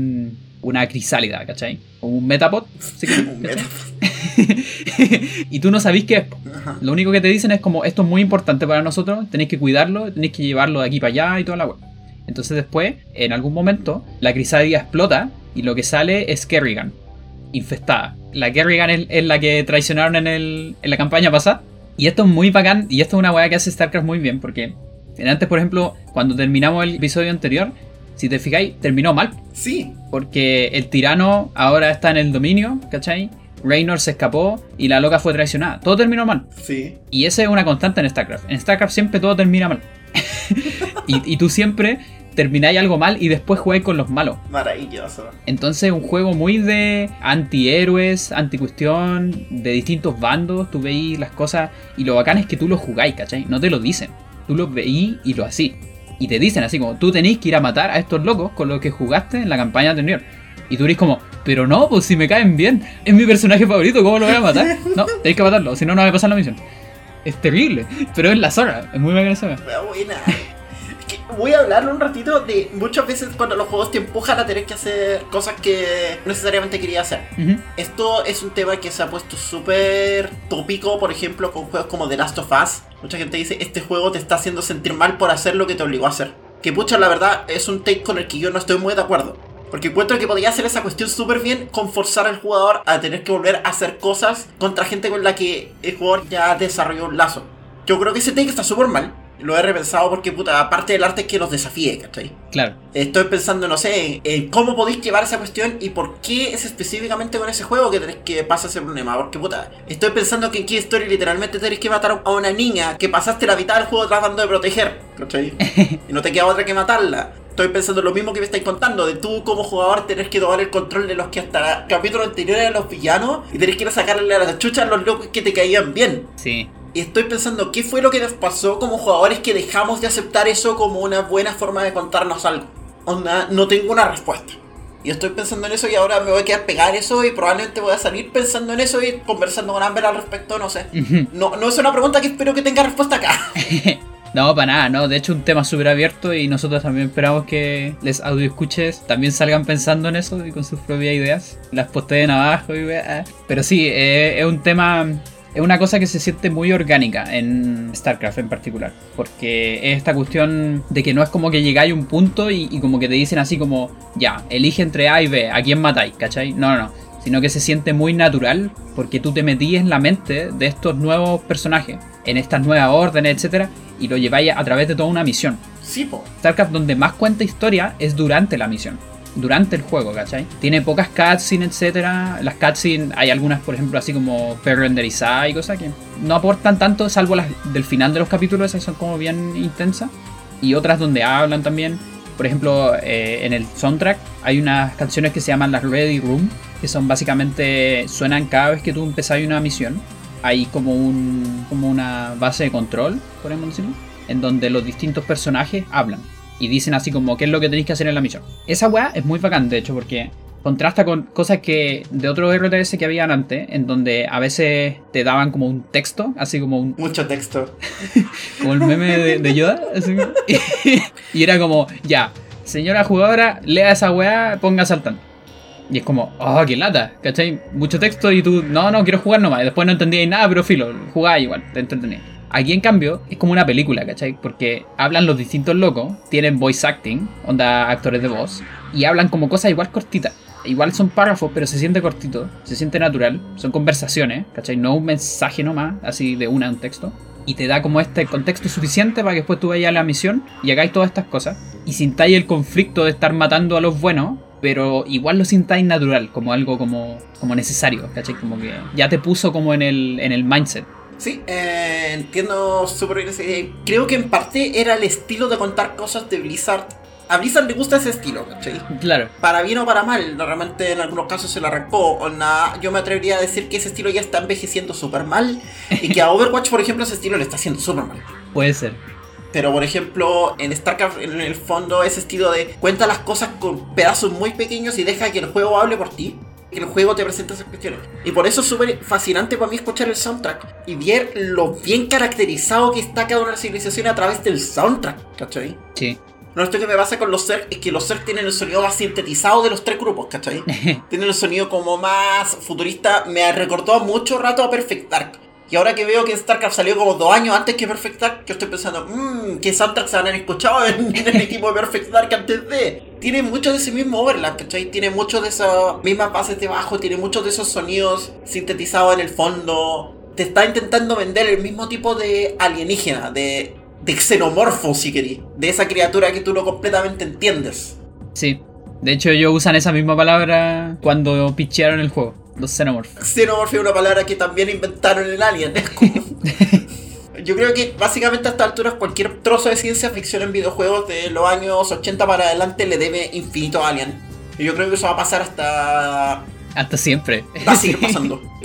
una crisálida, ¿cachai? Como un metapod. ¿Sí? Un metapod. Y tú no sabís qué es. Lo único que te dicen es como, esto es muy importante para nosotros, tenéis que cuidarlo, tenéis que llevarlo de aquí para allá y toda la web. Entonces después, en algún momento, la crisálida explota y lo que sale es Kerrigan, infestada. La Kerrigan es la que traicionaron en la campaña pasada. Y esto es muy bacán, y esto es una weá que hace StarCraft muy bien, porque antes, por ejemplo, cuando terminamos el episodio anterior, si te fijáis, terminó mal. Sí. Porque el tirano ahora está en el dominio, ¿cachai? Raynor se escapó y la loca fue traicionada. Todo terminó mal. Sí. Y esa es una constante en StarCraft. En StarCraft siempre todo termina mal. y tú siempre termináis algo mal y después jugáis con los malos. Maravilloso. Entonces un juego muy de antihéroes, anticuestión, de distintos bandos. Tú veis las cosas y lo bacán es que tú lo jugáis, ¿cachai? No te lo dicen. Tú lo veís y lo hacís. Y te dicen así como, tú tenéis que ir a matar a estos locos con los que jugaste en la campaña anterior. Y tú eres como, pero no, pues si me caen bien, es mi personaje favorito, ¿cómo lo voy a matar? No, tenéis que matarlo, si no, no va a pasar la misión. Es terrible, pero es la zorra, es muy bacana esa. Buena. Es que voy a hablar un ratito de muchas veces cuando los juegos te empujan a tener que hacer cosas que no necesariamente quería hacer. Esto es un tema que se ha puesto súper tópico, por ejemplo, con juegos como The Last of Us. Mucha gente dice, este juego te está haciendo sentir mal por hacer lo que te obligó a hacer. Que pucha, la verdad, es un take con el que yo no estoy muy de acuerdo. Porque encuentro que podría hacer esa cuestión súper bien con forzar al jugador a tener que volver a hacer cosas contra gente con la que el jugador ya desarrolló un lazo. Yo creo que ese take está súper mal. Lo he repensado porque, puta, aparte del arte es que los desafíe, ¿cachai? Claro. Estoy pensando, no sé, en cómo podéis llevar esa cuestión y por qué es específicamente con ese juego que tenés que pasar ese problema. Porque, puta, estoy pensando que en Key Story literalmente tenés que matar a una niña que pasaste la mitad del juego tratando de proteger, ¿cachai? Y no te queda otra que matarla. Estoy pensando lo mismo que me estáis contando, de tú como jugador tenés que tomar el control de los que hasta el capítulo anterior eran los villanos y tenés que ir a sacarle a las chuchas a los locos que te caían bien. Sí. Y estoy pensando, ¿qué fue lo que nos pasó como jugadores que dejamos de aceptar eso como una buena forma de contarnos algo? Onda, no tengo una respuesta. Y estoy pensando en eso y ahora me voy a quedar pegar eso y probablemente voy a salir pensando en eso y conversando con Amber al respecto, no sé. No es una pregunta que espero que tenga respuesta acá. No, para nada, no. De hecho, un tema súper abierto y nosotros también esperamos que les audioescuches también salgan pensando en eso y con sus propias ideas. Las posteen abajo y pero sí, es un tema... Es una cosa que se siente muy orgánica en StarCraft en particular. Porque es esta cuestión de que no es como que llegáis a un punto y como que te dicen así como... Ya, elige entre A y B, ¿a quién matáis? ¿Cachai? No. Sino que se siente muy natural porque tú te metís en la mente de estos nuevos personajes, en estas nuevas órdenes, etcétera, y lo lleváis a través de toda una misión. Sí, po. StarCraft donde más cuenta historia es durante la misión, durante el juego, ¿cachai? Tiene pocas cutscenes, etcétera. Las cutscenes, hay algunas, por ejemplo, así como pre-renderizadas y cosas que no aportan tanto, salvo las del final de los capítulos, esas son como bien intensas. Y otras donde hablan también. Por ejemplo, en el soundtrack hay unas canciones que se llaman las Ready Room, que son básicamente, suenan cada vez que tú empezás una misión. Hay como una base de control, podemos decirlo, en donde los distintos personajes hablan y dicen así como qué es lo que tenéis que hacer en la misión. Esa weá es muy bacán, de hecho, porque contrasta con cosas que de otros RTS que habían antes, en donde a veces te daban como un texto, así como un... Mucho texto. Como el meme de Yoda, así como, y era como, ya, señora jugadora, lea esa weá, ponga saltando. Y es como, oh, qué lata, ¿cachai? Mucho texto y tú, no, quiero jugar nomás. Y después no entendíais nada, pero filo, jugáis igual, te entretenías. Aquí en cambio es como una película, ¿cachai? Porque hablan los distintos locos, tienen voice acting, onda actores de voz, y hablan como cosas igual cortitas. Igual son párrafos, pero se siente cortito, se siente natural, son conversaciones, ¿cachai? No un mensaje nomás, así de un texto. Y te da como este contexto suficiente para que después tú vayas a la misión y hagáis todas estas cosas. Y sintáis el conflicto de estar matando a los buenos, pero igual lo sintáis natural, como algo como necesario, ¿cachai? Como que ya te puso como en el mindset. Sí, entiendo súper bien. Creo que en parte era el estilo de contar cosas de Blizzard. A Blizzard le gusta ese estilo, ¿cachai? Claro. Para bien o para mal, realmente en algunos casos se lo arrancó. O nada, yo me atrevería a decir que ese estilo ya está envejeciendo súper mal. Y que a Overwatch, por ejemplo, ese estilo le está haciendo súper mal. Puede ser. Pero, por ejemplo, en StarCraft, en el fondo, ese estilo de cuenta las cosas con pedazos muy pequeños y deja que el juego hable por ti. Que el juego te presenta esas cuestiones. Y por eso es súper fascinante para mí escuchar el soundtrack y ver lo bien caracterizado que está cada una de las civilizaciones a través del soundtrack, ¿cachai? Sí. No, esto que me pasa con los Zerg es que los Zerg tienen el sonido más sintetizado de los tres grupos, ¿cachai? Tienen el sonido como más futurista. Me recordó mucho rato a Perfect Dark. Y ahora que veo que StarCraft salió como 2 años antes que Perfect Dark, yo estoy pensando, ¿qué soundtracks se han escuchado en el equipo de Perfect Dark antes de? Tiene mucho de ese mismo overlap, ¿cachai? Tiene mucho de esas mismas bases de bajo, tiene muchos de esos sonidos sintetizados en el fondo. Te está intentando vender el mismo tipo de alienígena, de xenomorfo, si querís. De esa criatura que tú no completamente entiendes. Sí. De hecho, ellos usan esa misma palabra cuando pitchearon el juego. Los xenomorphs. Xenomorph es una palabra que también inventaron en Alien. Es como... Yo creo que básicamente a estas alturas cualquier trozo de ciencia ficción en videojuegos de los años 80 para adelante le debe infinito a Alien. Y yo creo que eso va a pasar hasta siempre. Va a seguir pasando.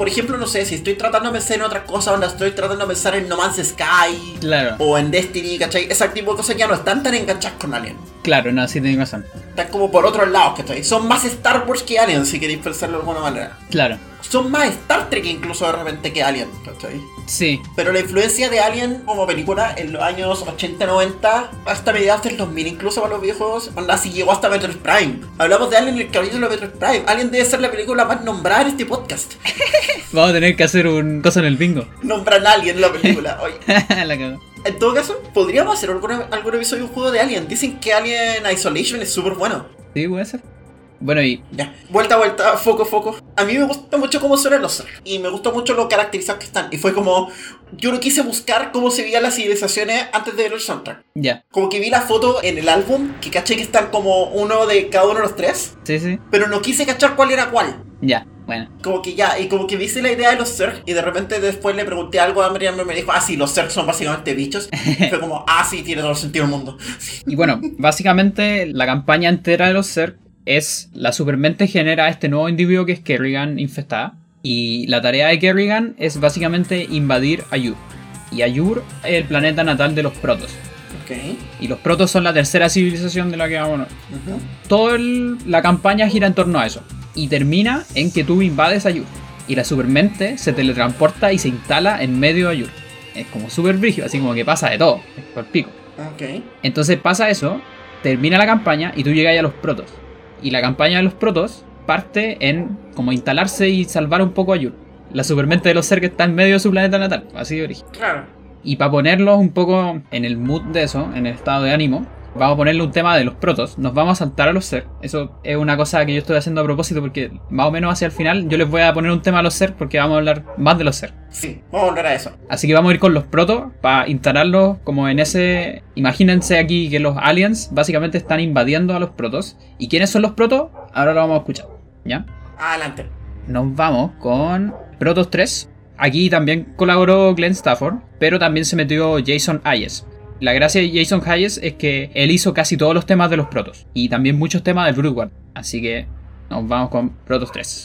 por ejemplo, no sé, si estoy tratando de pensar en otra cosa, onda estoy tratando de pensar en No Man's Sky, Claro. o en Destiny, ¿cachai? Ese tipo de cosas ya no están tan enganchadas con Alien. Claro, no, sí tenés razón. Están como por otros lados, ¿cachai? Son más Star Wars que Alien, si queréis pensarlo de alguna manera. Claro. Son más Star Trek incluso de repente que Alien, ¿cachai? Sí. Pero la influencia de Alien como película en los años 80-90, hasta mediados del 2000 incluso para los videojuegos, onda, así llegó hasta Metroid Prime. Hablamos de Alien en el capítulo de Metroid Prime. Alien debe ser la película más nombrada en este podcast. Vamos a tener que hacer un cosa en el bingo. Nombran a Alien en la película. Oye. La cagó. En todo caso, podríamos hacer algún episodio de un juego de Alien. Dicen que Alien Isolation es súper bueno. Sí, puede ser. Bueno, y Ya, vuelta, foco. A mí me gusta mucho cómo suenan los Zerg. Y me gustó mucho lo caracterizados que están. Y fue como, yo no quise buscar cómo se veían las civilizaciones antes de ver el soundtrack. ya. Como que vi la foto en el álbum, que caché que están como uno de cada uno de los tres. Sí, sí. Pero no quise cachar cuál era cuál. Ya, bueno. Como que ya, y como que viste la idea de los Zerg. Y de repente después le pregunté algo a Miriam y me dijo, sí, los Zerg son básicamente bichos. Fue como, sí, tiene todo el sentido del mundo. Y bueno, básicamente la campaña entera de los Zerg es la supermente genera este nuevo individuo que es Kerrigan infestada. Y la tarea de Kerrigan es básicamente invadir Ayur. Y Ayur es el planeta natal de los protos. Ok. Y los protos son la tercera civilización de la que vamos a hablar. Ujú. Toda la campaña gira en torno a eso. Y termina en que tú invades Ayur. Y la supermente se teletransporta y se instala en medio de Ayur. Es como súper brígido, así como que pasa de todo. Es por pico. Ok. Entonces pasa eso, termina la campaña y tú llegas a los protos. Y la campaña de los protos parte en como instalarse y salvar un poco a Ayur. La supermente de los Zerg está en medio de su planeta natal, así de origen. Claro. Y para ponerlos un poco en el mood de eso, en el estado de ánimo, vamos a ponerle un tema de los protos. Nos vamos a saltar a los Zerg. Eso es una cosa que yo estoy haciendo a propósito porque más o menos hacia el final yo les voy a poner un tema a los Zerg porque vamos a hablar más de los Zerg. Sí, vamos a hablar a eso. Así que vamos a ir con los protos para instalarlos como en ese... Imagínense aquí que los aliens básicamente están invadiendo a los protos. ¿Y quiénes son los protos? Ahora lo vamos a escuchar. ¿Ya? Adelante. Nos vamos con Protoss 3. Aquí también colaboró Glenn Stafford, pero también se metió Jason Hayes. La gracia de Jason Hayes es que él hizo casi todos los temas de los protos y también muchos temas del Brood War. Así que nos vamos con Protoss 3.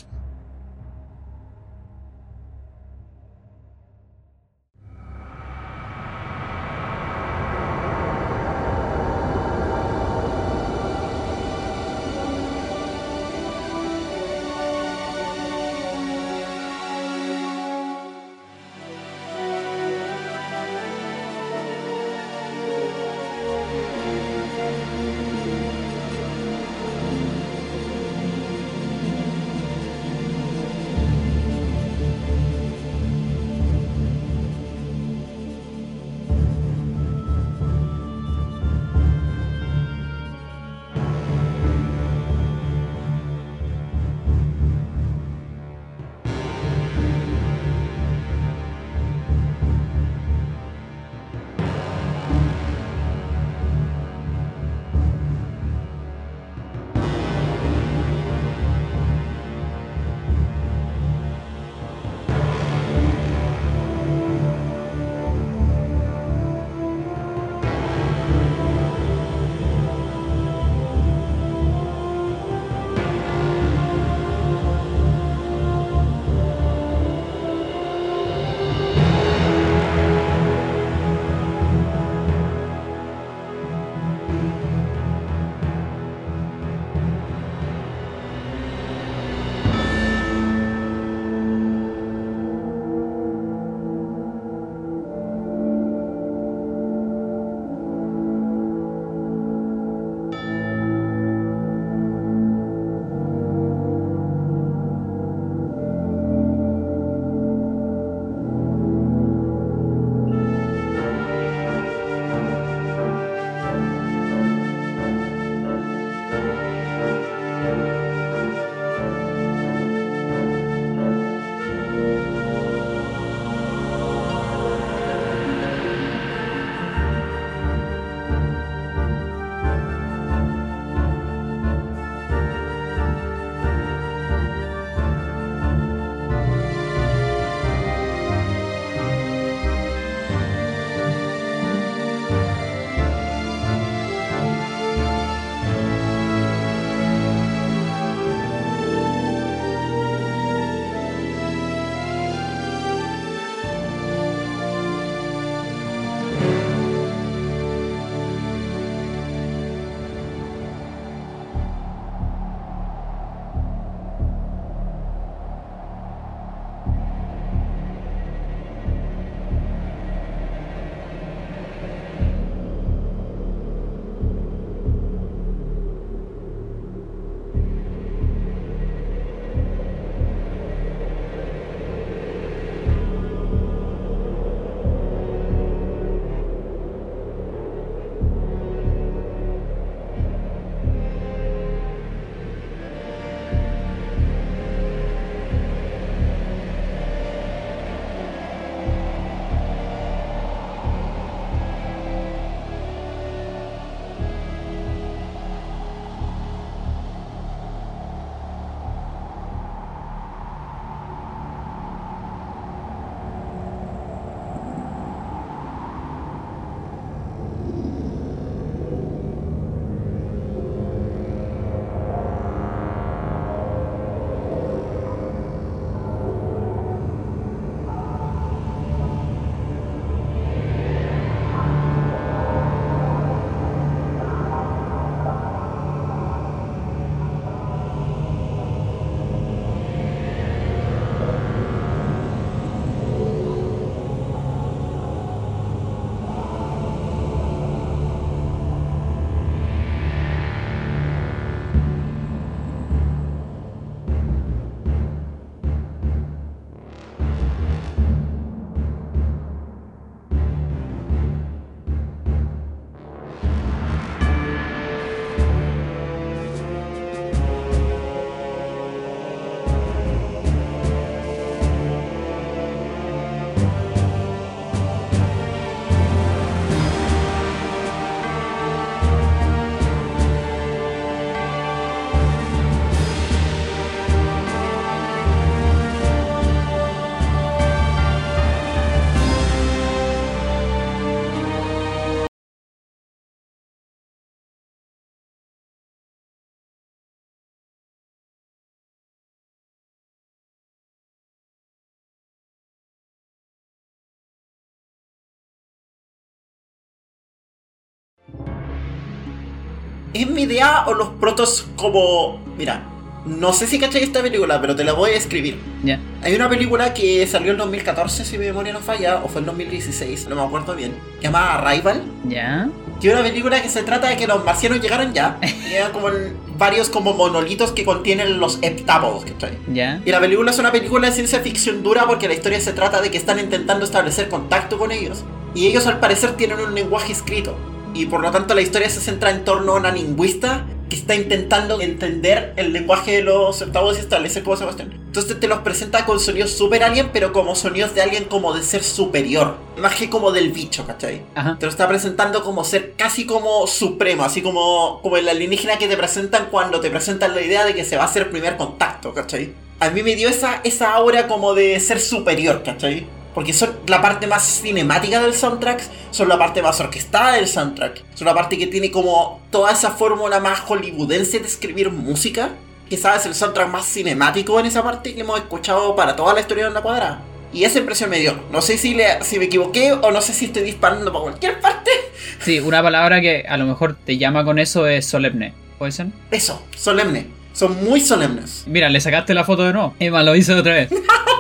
¿Es mi idea o los protos como... Mira, no sé si cachai esta película, pero te la voy a escribir. Ya. Hay una película que salió en 2014, si mi memoria no falla, o fue en 2016, no me acuerdo bien, llamada Arrival. Ya. Que es una película que se trata de que los marcianos llegaron ya. Y eran como varios como monolitos que contienen los heptápodos, ¿cachai? Ya. Y la película es una película de ciencia ficción dura porque la historia se trata de que están intentando establecer contacto con ellos. Y ellos al parecer tienen un lenguaje escrito. Y por lo tanto la historia se centra en torno a una lingüista que está intentando entender el lenguaje de los heptápodos y establecer cómo se cuestión. Entonces te los presenta con sonidos super alien, pero como sonidos de alguien como de ser superior. Más que como del bicho, ¿cachai? Ajá. Te lo está presentando como ser casi como supremo, así como el alienígena que te presentan cuando te presentan la idea de que se va a hacer el primer contacto, ¿cachai? A mí me dio esa aura como de ser superior, ¿cachai? Porque son la parte más cinemática del soundtrack, son la parte más orquestada del soundtrack, son la parte que tiene como toda esa fórmula más hollywoodense de escribir música, que sabes, el soundtrack más cinemático en esa parte que hemos escuchado para toda la historia de la cuadrada. Y esa impresión me dio. No sé si me equivoqué o no sé si estoy disparando para cualquier parte. Sí, una palabra que a lo mejor te llama con eso es solemne. ¿Puede ser? Eso, solemne. Son muy solemnes. Mira, le sacaste la foto de nuevo. Emma lo hizo otra vez.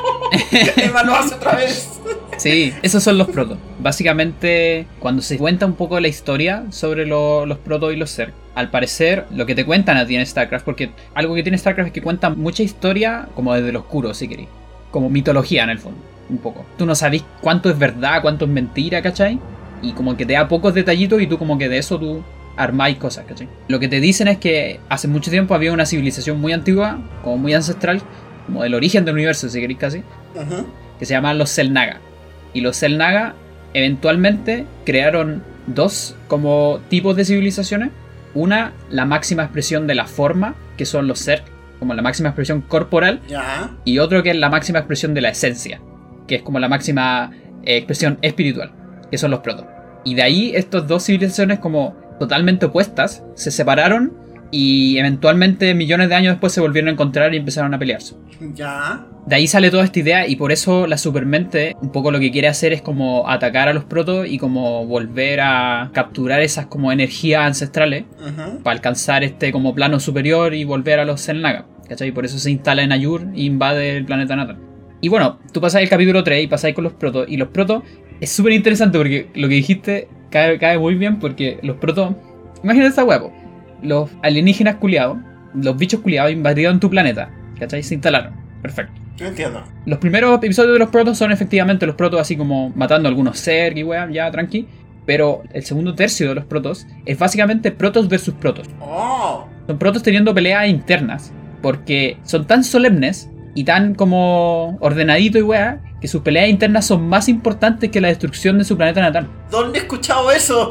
Emma lo hace otra vez. Sí, esos son los protos. Básicamente, cuando se cuenta un poco la historia sobre los protos y los Zerg, al parecer, lo que te cuentan a ti en StarCraft, porque algo que tiene StarCraft es que cuenta mucha historia como desde lo oscuro, si queréis. Como mitología en el fondo, un poco. Tú no sabés cuánto es verdad, cuánto es mentira, ¿cachai? Y como que te da pocos detallitos y tú como que de eso tú armáis cosas, ¿cachai? Lo que te dicen es que hace mucho tiempo había una civilización muy antigua, como muy ancestral, como del origen del universo, si queréis casi, que se llamaban los Xel'Naga. Y los Xel'Naga eventualmente crearon dos como tipos de civilizaciones. Una, la máxima expresión de la forma, que son los Zerg, como la máxima expresión corporal. Ya. Y otro que es la máxima expresión de la esencia, que es como la máxima expresión espiritual, que son los protos. Y de ahí estas dos civilizaciones como totalmente opuestas se separaron y eventualmente millones de años después se volvieron a encontrar y empezaron a pelearse. Ya. De ahí sale toda esta idea y por eso la supermente un poco lo que quiere hacer es como atacar a los protos y como volver a capturar esas como energías ancestrales para alcanzar este como plano superior y volver a los Xel'Naga, ¿cachai? Por eso se instala en Ayur e invade el planeta natal. Y bueno, tú pasás el capítulo 3 y pasáis con los protos, y los protos es súper interesante porque lo que dijiste cae muy bien, porque los protos, imagínate esta huevo, los alienígenas culiados, los bichos culiados invadieron tu planeta, ¿cachai? Se instalaron, perfecto. Yo entiendo. Los primeros episodios de los protos son efectivamente los protos así como matando a algunos Zerg y weá, ya tranqui. Pero el segundo tercio de los protos es básicamente protos versus protos. Oh. Son protos teniendo peleas internas, porque son tan solemnes y tan como ordenadito y weá, que sus peleas internas son más importantes que la destrucción de su planeta natal. ¿Dónde he escuchado eso?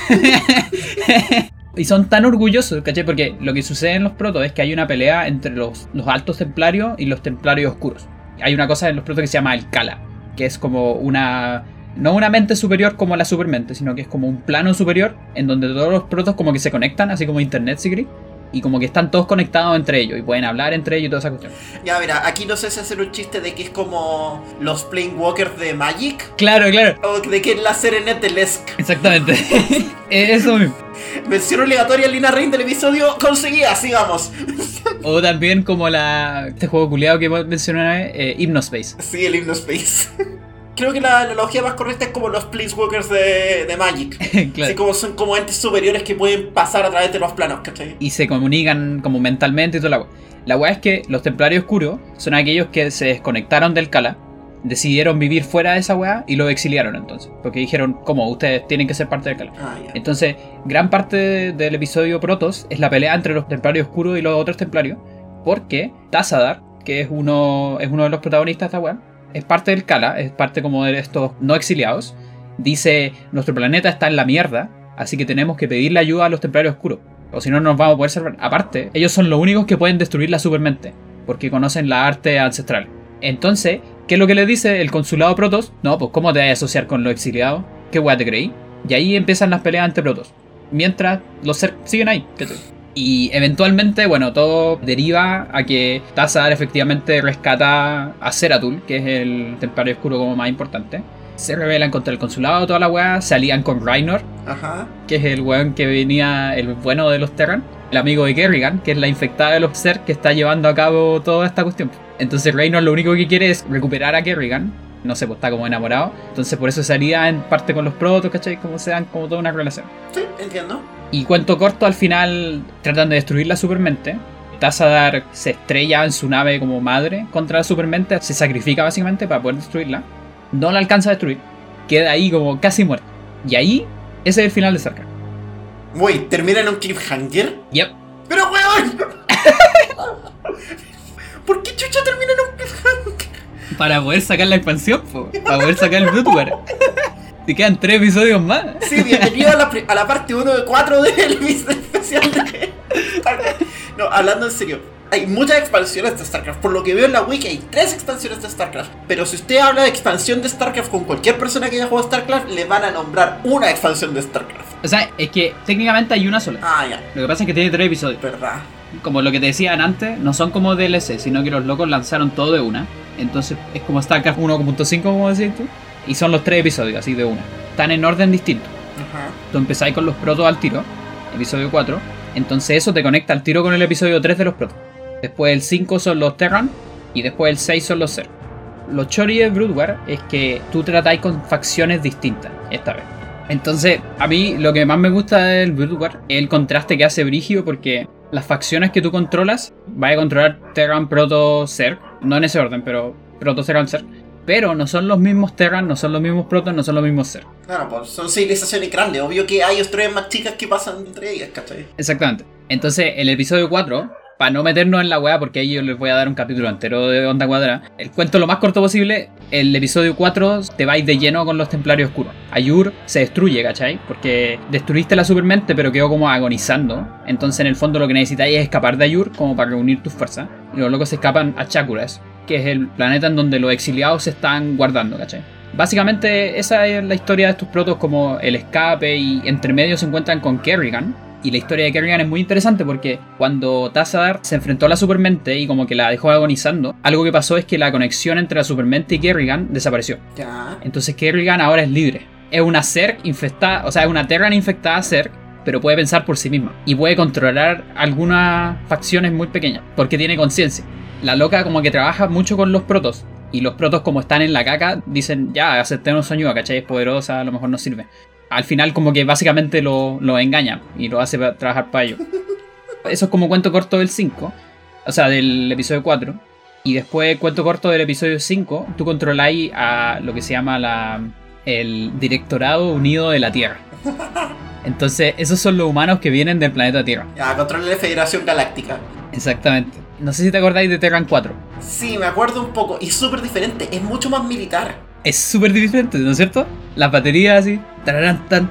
Y son tan orgullosos, ¿cachai? Porque lo que sucede en los protos es que hay una pelea entre los altos templarios y los templarios oscuros. Hay una cosa en los protos que se llama el Kala, que es como una... no una mente superior como la supermente, sino que es como un plano superior en donde todos los protos como que se conectan, así como internet, si queréis, y como que están todos conectados entre ellos y pueden hablar entre ellos y toda esa cuestión. Ya, mira, aquí no sé si hacer un chiste de que es como los Planewalkers de Magic. Claro, claro. O de que es la Serenet de Lesk. Exactamente. Eso mismo. Mención obligatoria, Lina Rain del episodio conseguida, sigamos. O también como este juego culiado que mencioné, Hypnospace. Sí, el Hypnospace. Creo que la analogía más correcta es como los Planeswalkers de Magic. Claro. Así como son como entes superiores que pueden pasar a través de los planos, ¿cachai? Y se comunican como mentalmente y toda la weá. La weá es que los templarios oscuros son aquellos que se desconectaron del Kala, decidieron vivir fuera de esa weá y lo exiliaron entonces. Porque dijeron, ¿cómo? Ustedes tienen que ser parte del Kala. Ya. Entonces, gran parte del episodio Protoss es la pelea entre los templarios oscuros y los otros templarios. Porque Tassadar, que es uno de los protagonistas de esta weá, es parte del Kala, es parte como de estos no exiliados. Dice, nuestro planeta está en la mierda, así que tenemos que pedirle ayuda a los templarios oscuros, o si no nos vamos a poder salvar. Aparte, ellos son los únicos que pueden destruir la supermente, porque conocen la arte ancestral. Entonces, ¿qué es lo que le dice el consulado Protoss? No, pues ¿cómo te vas a asociar con los exiliados? ¿Qué weá te creí? Y ahí empiezan las peleas ante Protoss, mientras los Zerg siguen ahí. Y eventualmente, bueno, todo deriva a que Tassadar efectivamente rescata a Zeratul, que es el templario oscuro como más importante. Se rebelan contra el consulado, toda la weá, se alían con Raynor, Ajá. que es el weón que venía, el bueno de los Terran, el amigo de Kerrigan, que es la infectada de los Zerg que está llevando a cabo toda esta cuestión. Entonces Raynor lo único que quiere es recuperar a Kerrigan, no sé, pues está como enamorado, entonces por eso se alía en parte con los protos, ¿cachai? Como se dan como toda una relación. Sí, entiendo. Y cuento corto, al final tratan de destruir la supermente. Tassadar se estrella en su nave como madre contra la supermente, se sacrifica básicamente para poder destruirla. No la alcanza a destruir, queda ahí como casi muerto. Y ahí, ese es el final de StarCraft. Güey, termina en un cliffhanger. Yep. ¡Pero weón! ¿Por qué chucha termina en un cliffhanger? Para poder sacar la expansión, po. Para poder sacar el Blood War. Te quedan 3 episodios más. Sí, bienvenido a la parte 1 de 4 del especial de StarCraft. No, hablando en serio, hay muchas expansiones de StarCraft. Por lo que veo en la wiki hay 3 expansiones de StarCraft. Pero si usted habla de expansión de StarCraft con cualquier persona que haya jugado StarCraft, le van a nombrar una expansión de StarCraft. O sea, es que técnicamente hay una sola. Ah, ya. Lo que pasa es que tiene 3 episodios. Verdad. Como lo que te decían antes, no son como DLC, sino que los locos lanzaron todo de una. Entonces es como StarCraft 1.5, como decís tú. Y son los 3 episodios, así de una. Están en orden distinto. Ajá. Tú empezáis con los protos al tiro, episodio 4. Entonces eso te conecta al tiro con el episodio 3 de los protos. Después el 5 son los Terran. Y después el 6 son los Zerg. Lo chori de Brood War es que tú tratáis con facciones distintas esta vez. Entonces, a mí lo que más me gusta del Brood War es el contraste que hace Brigio, porque las facciones que tú controlas, vas a controlar Terran, Proto, Zerg. No en ese orden, pero Proto, Terran, Zerg. Pero no son los mismos Terran, no son los mismos Protoss, no son los mismos Zerg. Claro, pues son civilizaciones grandes. Obvio que hay historias más chicas que pasan entre ellas, ¿cachai? Exactamente. Entonces, el episodio 4, para no meternos en la weá, porque ahí yo les voy a dar un capítulo entero de Onda Cuadrada, el cuento lo más corto posible. El episodio 4 te vais de lleno con los Templarios Oscuros. Ayur se destruye, ¿cachai? Porque destruiste la supermente, pero quedó como agonizando. Entonces, en el fondo, lo que necesitáis es escapar de Ayur como para reunir tus fuerzas. Y los locos se escapan a Chakuras, que es el planeta en donde los exiliados se están guardando, ¿cachai? Básicamente esa es la historia de estos protos, como el escape, y entre medio se encuentran con Kerrigan. Y la historia de Kerrigan es muy interesante porque cuando Tassadar se enfrentó a la supermente y como que la dejó agonizando, algo que pasó es que la conexión entre la supermente y Kerrigan desapareció. Ya. Entonces Kerrigan ahora es libre. Es una Zerg infectada, o sea, es una Terran infectada Zerg, pero puede pensar por sí misma. Y puede controlar algunas facciones muy pequeñas, porque tiene conciencia. La loca como que trabaja mucho con los protos. Y los protos, como están en la caca, dicen, ya, aceptemos su ayuda, ¿cachai? Es poderosa, a lo mejor nos sirve. Al final como que básicamente lo engaña y lo hace trabajar para ellos. Eso es como cuento corto del 5, o sea, del episodio 4. Y después cuento corto del episodio 5, tú controláis a lo que se llama el Directorado Unido de la Tierra. Entonces, esos son los humanos que vienen del planeta Tierra. Ya, controla la Federación Galáctica. Exactamente. No sé si te acordáis de Terran 4. Sí, me acuerdo un poco. Y súper diferente, es mucho más militar. Es súper diferente, ¿no es cierto? Las baterías así. Tararán tan.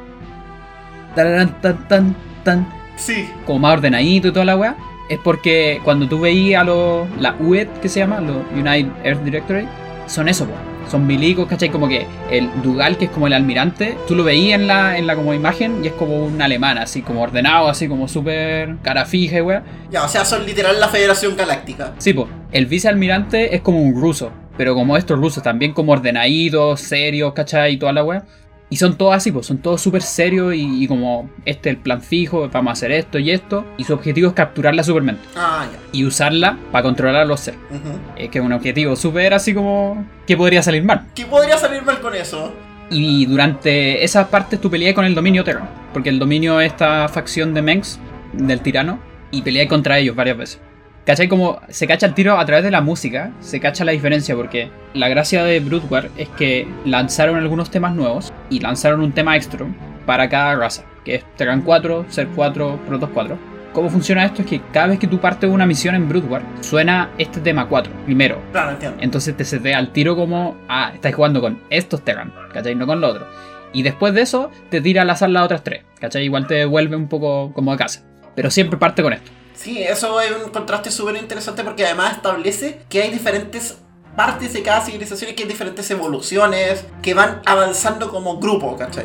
Tararán tan tan tan. Sí. Como más ordenadito y toda la weá. Es porque cuando tú veías a la UED, que se llama, los United Earth Directorate, son eso, po. Son milicos, ¿cachai? Como que el Dugal, que es como el almirante, tú lo veías en la como imagen y es como un alemán, así como ordenado, así como súper cara fija y weá. Ya, o sea, son literal la Federación Galáctica. Sí, pues. El vicealmirante es como un ruso. Pero como estos rusos también como ordenaditos, serios, ¿cachai? Y toda la weá. Y son todos así, pues son todos súper serios y como el plan fijo, vamos a hacer esto y esto. Y su objetivo es capturar la supermente. Ah, ya. Y usarla para controlar a los Zerg. Es que es un objetivo súper así como... ¿Qué podría salir mal? ¿Qué podría salir mal con eso? Y durante esas partes tú peleas con el dominio Terran. Porque el dominio es esta facción de Mengs, del tirano. Y peleas contra ellos varias veces. ¿Cachai? Como se cacha el tiro a través de la música, se cacha la diferencia, porque la gracia de Brood War es que lanzaron algunos temas nuevos y lanzaron un tema extra para cada raza, que es Terran 4, Zerg 4, Protoss 4. ¿Cómo funciona esto? Es que cada vez que tú partes de una misión en Brood War, suena este tema 4 primero. Claro, entiendo. Entonces te setea al tiro como, estáis jugando con estos Terran, ¿cachai? No con los otros. Y después de eso, te tira al azar las otras 3, ¿cachai? Igual te devuelve un poco como de casa. Pero siempre parte con esto. Sí, eso es un contraste súper interesante porque además establece que hay diferentes partes de cada civilización y que hay diferentes evoluciones que van avanzando como grupo, ¿cachai?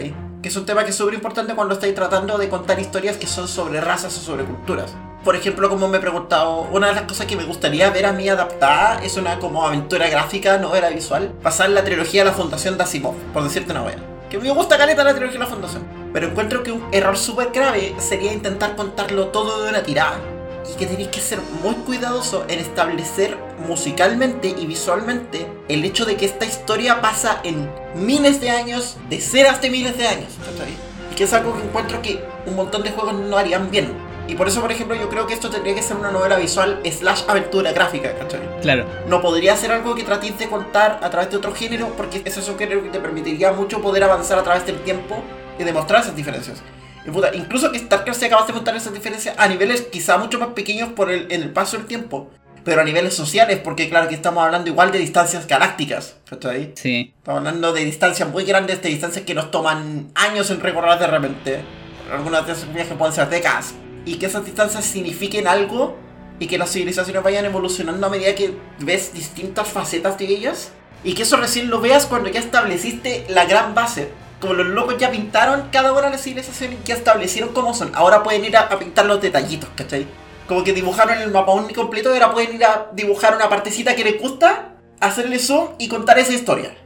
que es un tema que es súper importante cuando estáis tratando de contar historias que son sobre razas o sobre culturas. Por ejemplo, como me he preguntado, una de las cosas que me gustaría ver a mí adaptada es una como aventura gráfica, novela visual, basada en la trilogía La Fundación de Asimov, por decirte una wea. Que me gusta caleta la trilogía La Fundación. Pero encuentro que un error súper grave sería intentar contarlo todo de una tirada. Y que tenéis que ser muy cuidadoso en establecer musicalmente y visualmente el hecho de que esta historia pasa en miles de años, decenas de miles de años, ¿cachai? Y que es algo que encuentro que un montón de juegos no harían bien. Y por eso, por ejemplo, yo creo que esto tendría que ser una novela visual / aventura gráfica, ¿cachai? Claro. No podría ser algo que tratéis de contar a través de otro género, porque ese es un género que te permitiría mucho poder avanzar a través del tiempo y demostrar esas diferencias. Y puta, incluso que StarCraft sea capaz de montar esas diferencias a niveles quizá mucho más pequeños en el paso del tiempo, pero a niveles sociales, porque claro que estamos hablando igual de distancias galácticas, ¿cachai? Sí. Estamos hablando de distancias muy grandes, de distancias que nos toman años en recorrer de repente. Algunas de esos viajes pueden ser décadas. Y que esas distancias signifiquen algo y que las civilizaciones vayan evolucionando a medida que ves distintas facetas de ellas. Y que eso recién lo veas cuando ya estableciste la gran base. Como los locos ya pintaron cada una de las civilizaciones y ya establecieron cómo son. Ahora pueden ir a pintar los detallitos, ¿cachai? Como que dibujaron el mapa único completo y ahora pueden ir a dibujar una partecita que les gusta, hacerle zoom y contar esa historia.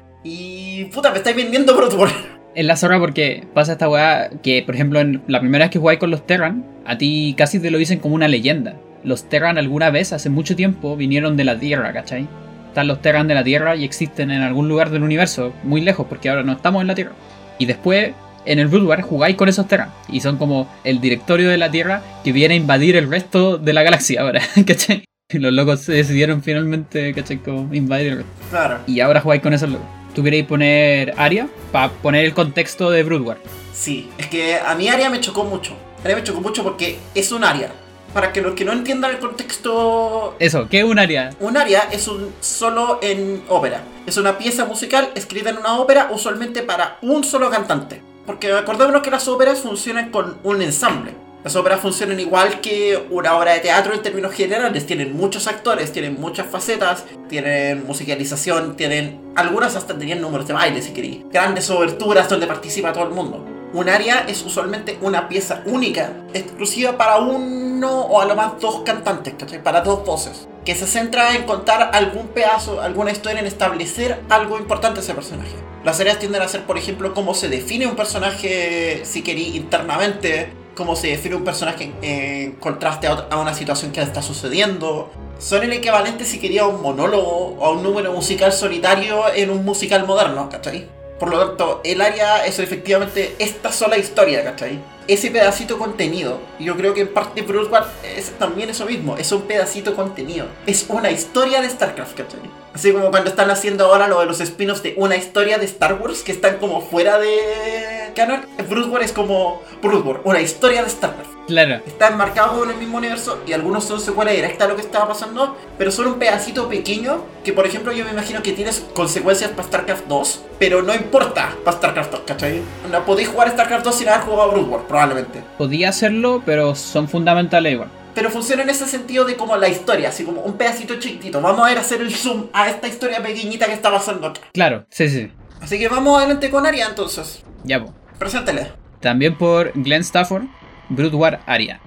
Y puta, me estáis vendiendo Bloodborne. Es la zorra porque pasa esta weá que, por ejemplo, en la primera vez que jugáis con los Terran, a ti casi te lo dicen como una leyenda. Los Terran alguna vez, hace mucho tiempo, vinieron de la Tierra, ¿cachai? Están los Terran de la Tierra y existen en algún lugar del universo, muy lejos, porque ahora no estamos en la Tierra. Y después, en el Bloodborne, jugáis con esos Terran. Y son como el directorio de la Tierra que viene a invadir el resto de la galaxia ahora, ¿cachai? Y los locos se decidieron finalmente, ¿cachai? Como invadir el resto. Claro. Y ahora jugáis con esos locos. ¿Tú queréis poner Aria? Para poner el contexto de Bloodborne. Sí, es que a mí Aria me chocó mucho. Aria me chocó mucho porque es un Aria. Para que los que no entiendan el contexto... Eso, ¿qué es un Aria? Un aria es un solo en ópera. Es una pieza musical escrita en una ópera usualmente para un solo cantante. Porque acordémonos que las óperas funcionan con un ensamble. Las óperas funcionan igual que una obra de teatro en términos generales. Tienen muchos actores, tienen muchas facetas, tienen musicalización, tienen... Algunas hasta tenían números de baile, si queréis. Grandes oberturas donde participa todo el mundo. Un aria es usualmente una pieza única, exclusiva para uno o a lo más dos cantantes, ¿cachai? Para dos voces, que se centra en contar algún pedazo, alguna historia, en establecer algo importante de ese personaje. Las áreas tienden a ser, por ejemplo, cómo se define un personaje, si queréis, internamente, cómo se define un personaje en contraste a una situación que está sucediendo. Son el equivalente, si quería, a un monólogo o a un número musical solitario en un musical moderno, ¿cachai? Por lo tanto, el área es efectivamente esta sola historia, ¿cachai? Ese pedacito contenido. Y yo creo que en parte Bloodborne es también eso mismo. Es un pedacito contenido. Es una historia de StarCraft, ¿cachai? Así como cuando están haciendo ahora lo de los spin-offs de una historia de Star Wars que están como fuera de canon. Bloodborne es como Bloodborne, una historia de StarCraft. Claro. Está enmarcado en el mismo universo y algunos son secuela directa a lo que estaba pasando, pero son un pedacito pequeño que, por ejemplo, yo me imagino que tienes consecuencias para StarCraft 2, pero no importa para StarCraft 2, ¿cachai? No podéis jugar StarCraft 2 sin haber jugado Bloodborne, probablemente. Podía hacerlo, pero son fundamentales igual. Pero funciona en ese sentido de como la historia, así como un pedacito chiquitito. Vamos a ver hacer el zoom a esta historia pequeñita que está pasando acá. Claro, sí, sí. Así que vamos adelante con Aria entonces. Ya, pues. Preséntele. También por Glenn Stafford, Bloodborne Aria.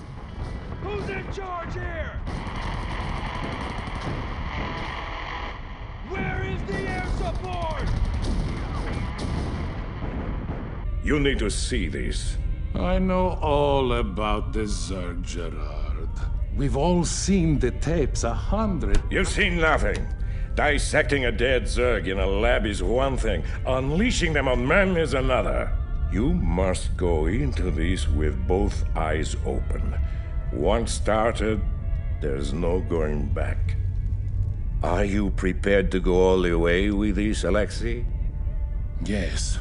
Who's in charge here? Where is the air support? You need to see these. I know all about the Zerg, Gerard. We've all seen the tapes 100. You've seen nothing. Dissecting a dead Zerg in a lab is one thing. Unleashing them on men is another. You must go into these with both eyes open. Once started, there's no going back. Are you prepared to go all the way with these, Alexei? Yes.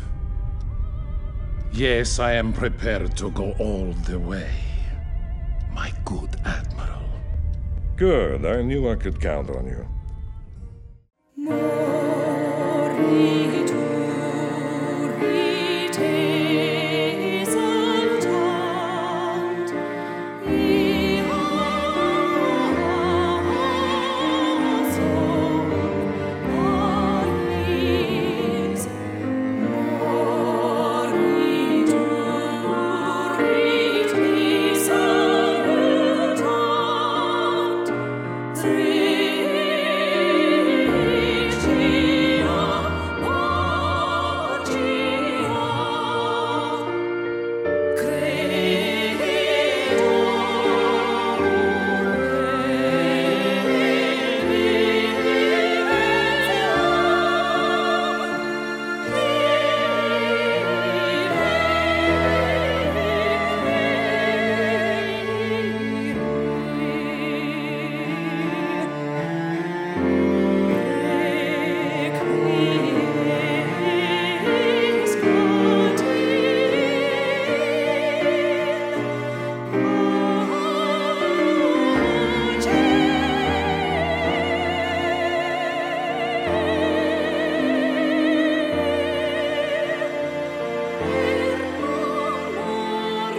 Yes, I am prepared to go all the way. My good Admiral. Good, I knew I could count on you.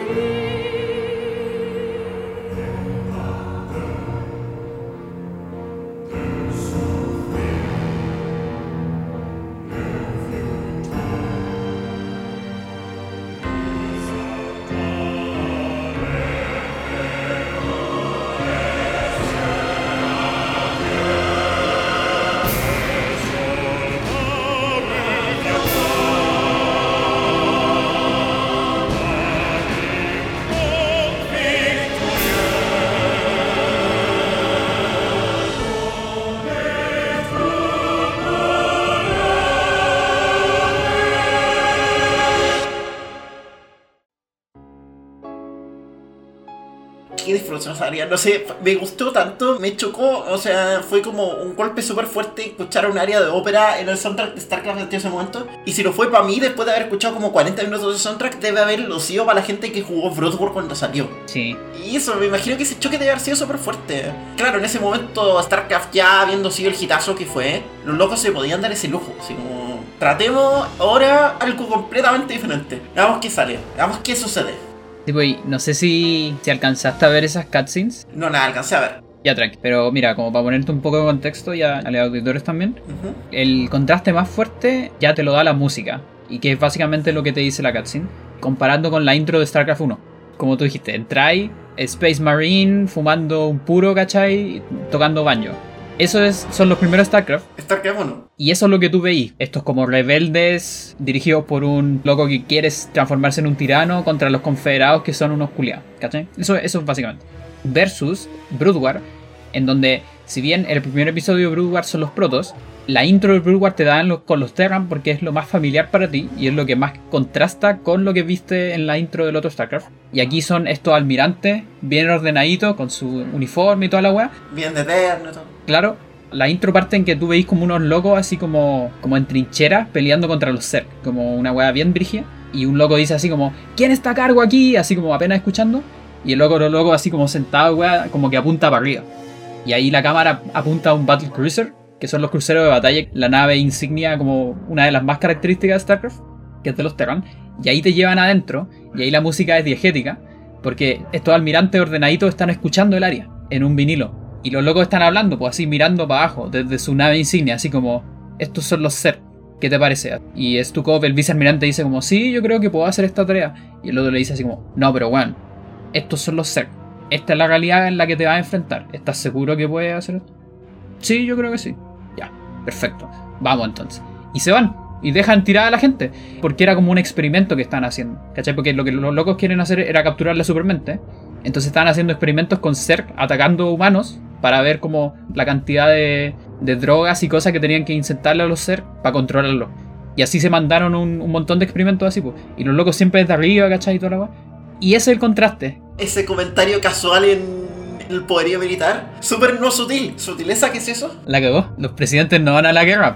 Qué disfrutaría, no sé, me gustó tanto, me chocó, o sea, fue como un golpe súper fuerte escuchar un área de ópera en el soundtrack de StarCraft en ese momento. Y si no fue para mí, después de haber escuchado como 40 minutos de soundtrack, debe haber lucido para la gente que jugó Broadwar cuando salió. Sí. Y eso, me imagino que ese choque debe haber sido súper fuerte. Claro, en ese momento StarCraft ya habiendo sido el hitazo que fue, los locos se podían dar ese lujo, así como... Tratemos ahora algo completamente diferente. Veamos qué sale, veamos qué sucede. Tipo, y no sé si alcanzaste a ver esas cutscenes. No, nada, alcancé a ver. Ya, tranqui. Pero mira, como para ponerte un poco de contexto y a los auditores también, el contraste más fuerte ya te lo da la música. Y que es básicamente lo que te dice la cutscene, comparando con la intro de StarCraft 1. Como tú dijiste, entráis, Space Marine, fumando un puro, ¿cachai? Tocando banjo. Eso son los primeros StarCraft. StarCraft 1. Y eso es lo que tú veís. Estos como rebeldes dirigidos por un loco que quiere transformarse en un tirano contra los confederados que son unos culiados. ¿Cachai? Eso es básicamente. Versus Broodwar, en donde, si bien el primer episodio de Broodwar son los protos, la intro de Broodwar te dan con los Terran porque es lo más familiar para ti y es lo que más contrasta con lo que viste en la intro del otro StarCraft. Y aquí son estos almirantes bien ordenaditos con su uniforme y toda la weá. Bien de eterno y todo. Claro, la intro parte en que tú veis como unos locos así como en trincheras peleando contra los Zerg, como una weá bien brígida. Y un loco dice así como, ¿quién está a cargo aquí? Así como apenas escuchando. Y el loco así como sentado, weá, como que apunta para arriba. Y ahí la cámara apunta a un Battle Cruiser, que son los cruceros de batalla, la nave insignia como una de las más características de StarCraft, que es de los Terran. Y ahí te llevan adentro, y ahí la música es diegética, porque estos almirantes ordenaditos están escuchando el área en un vinilo. Y los locos están hablando, pues así mirando para abajo, desde su nave insignia, así como, estos son los Zerg, ¿qué te parece? Y Stukov, el vicealmirante, dice como, sí, yo creo que puedo hacer esta tarea. Y el otro le dice así como, no, pero bueno, estos son los Zerg. Esta es la realidad en la que te vas a enfrentar. ¿Estás seguro que puedes hacer esto? Sí, yo creo que sí. Ya, perfecto. Vamos entonces. Y se van. Y dejan tirada a la gente. Porque era como un experimento que están haciendo. ¿Cachai? Porque lo que los locos quieren hacer era capturar la supermente. Entonces estaban haciendo experimentos con Zerg atacando humanos para ver como la cantidad de drogas y cosas que tenían que inyectarle a los Zerg para controlarlos. Y así se mandaron un montón de experimentos así, pues. Y los locos siempre desde arriba, ¿cachai? Y toda la cosa. Y ese es el contraste. Ese comentario casual en el poderío militar, súper no sutil. ¿Sutileza qué es eso? La cagó. Los presidentes no van a la guerra.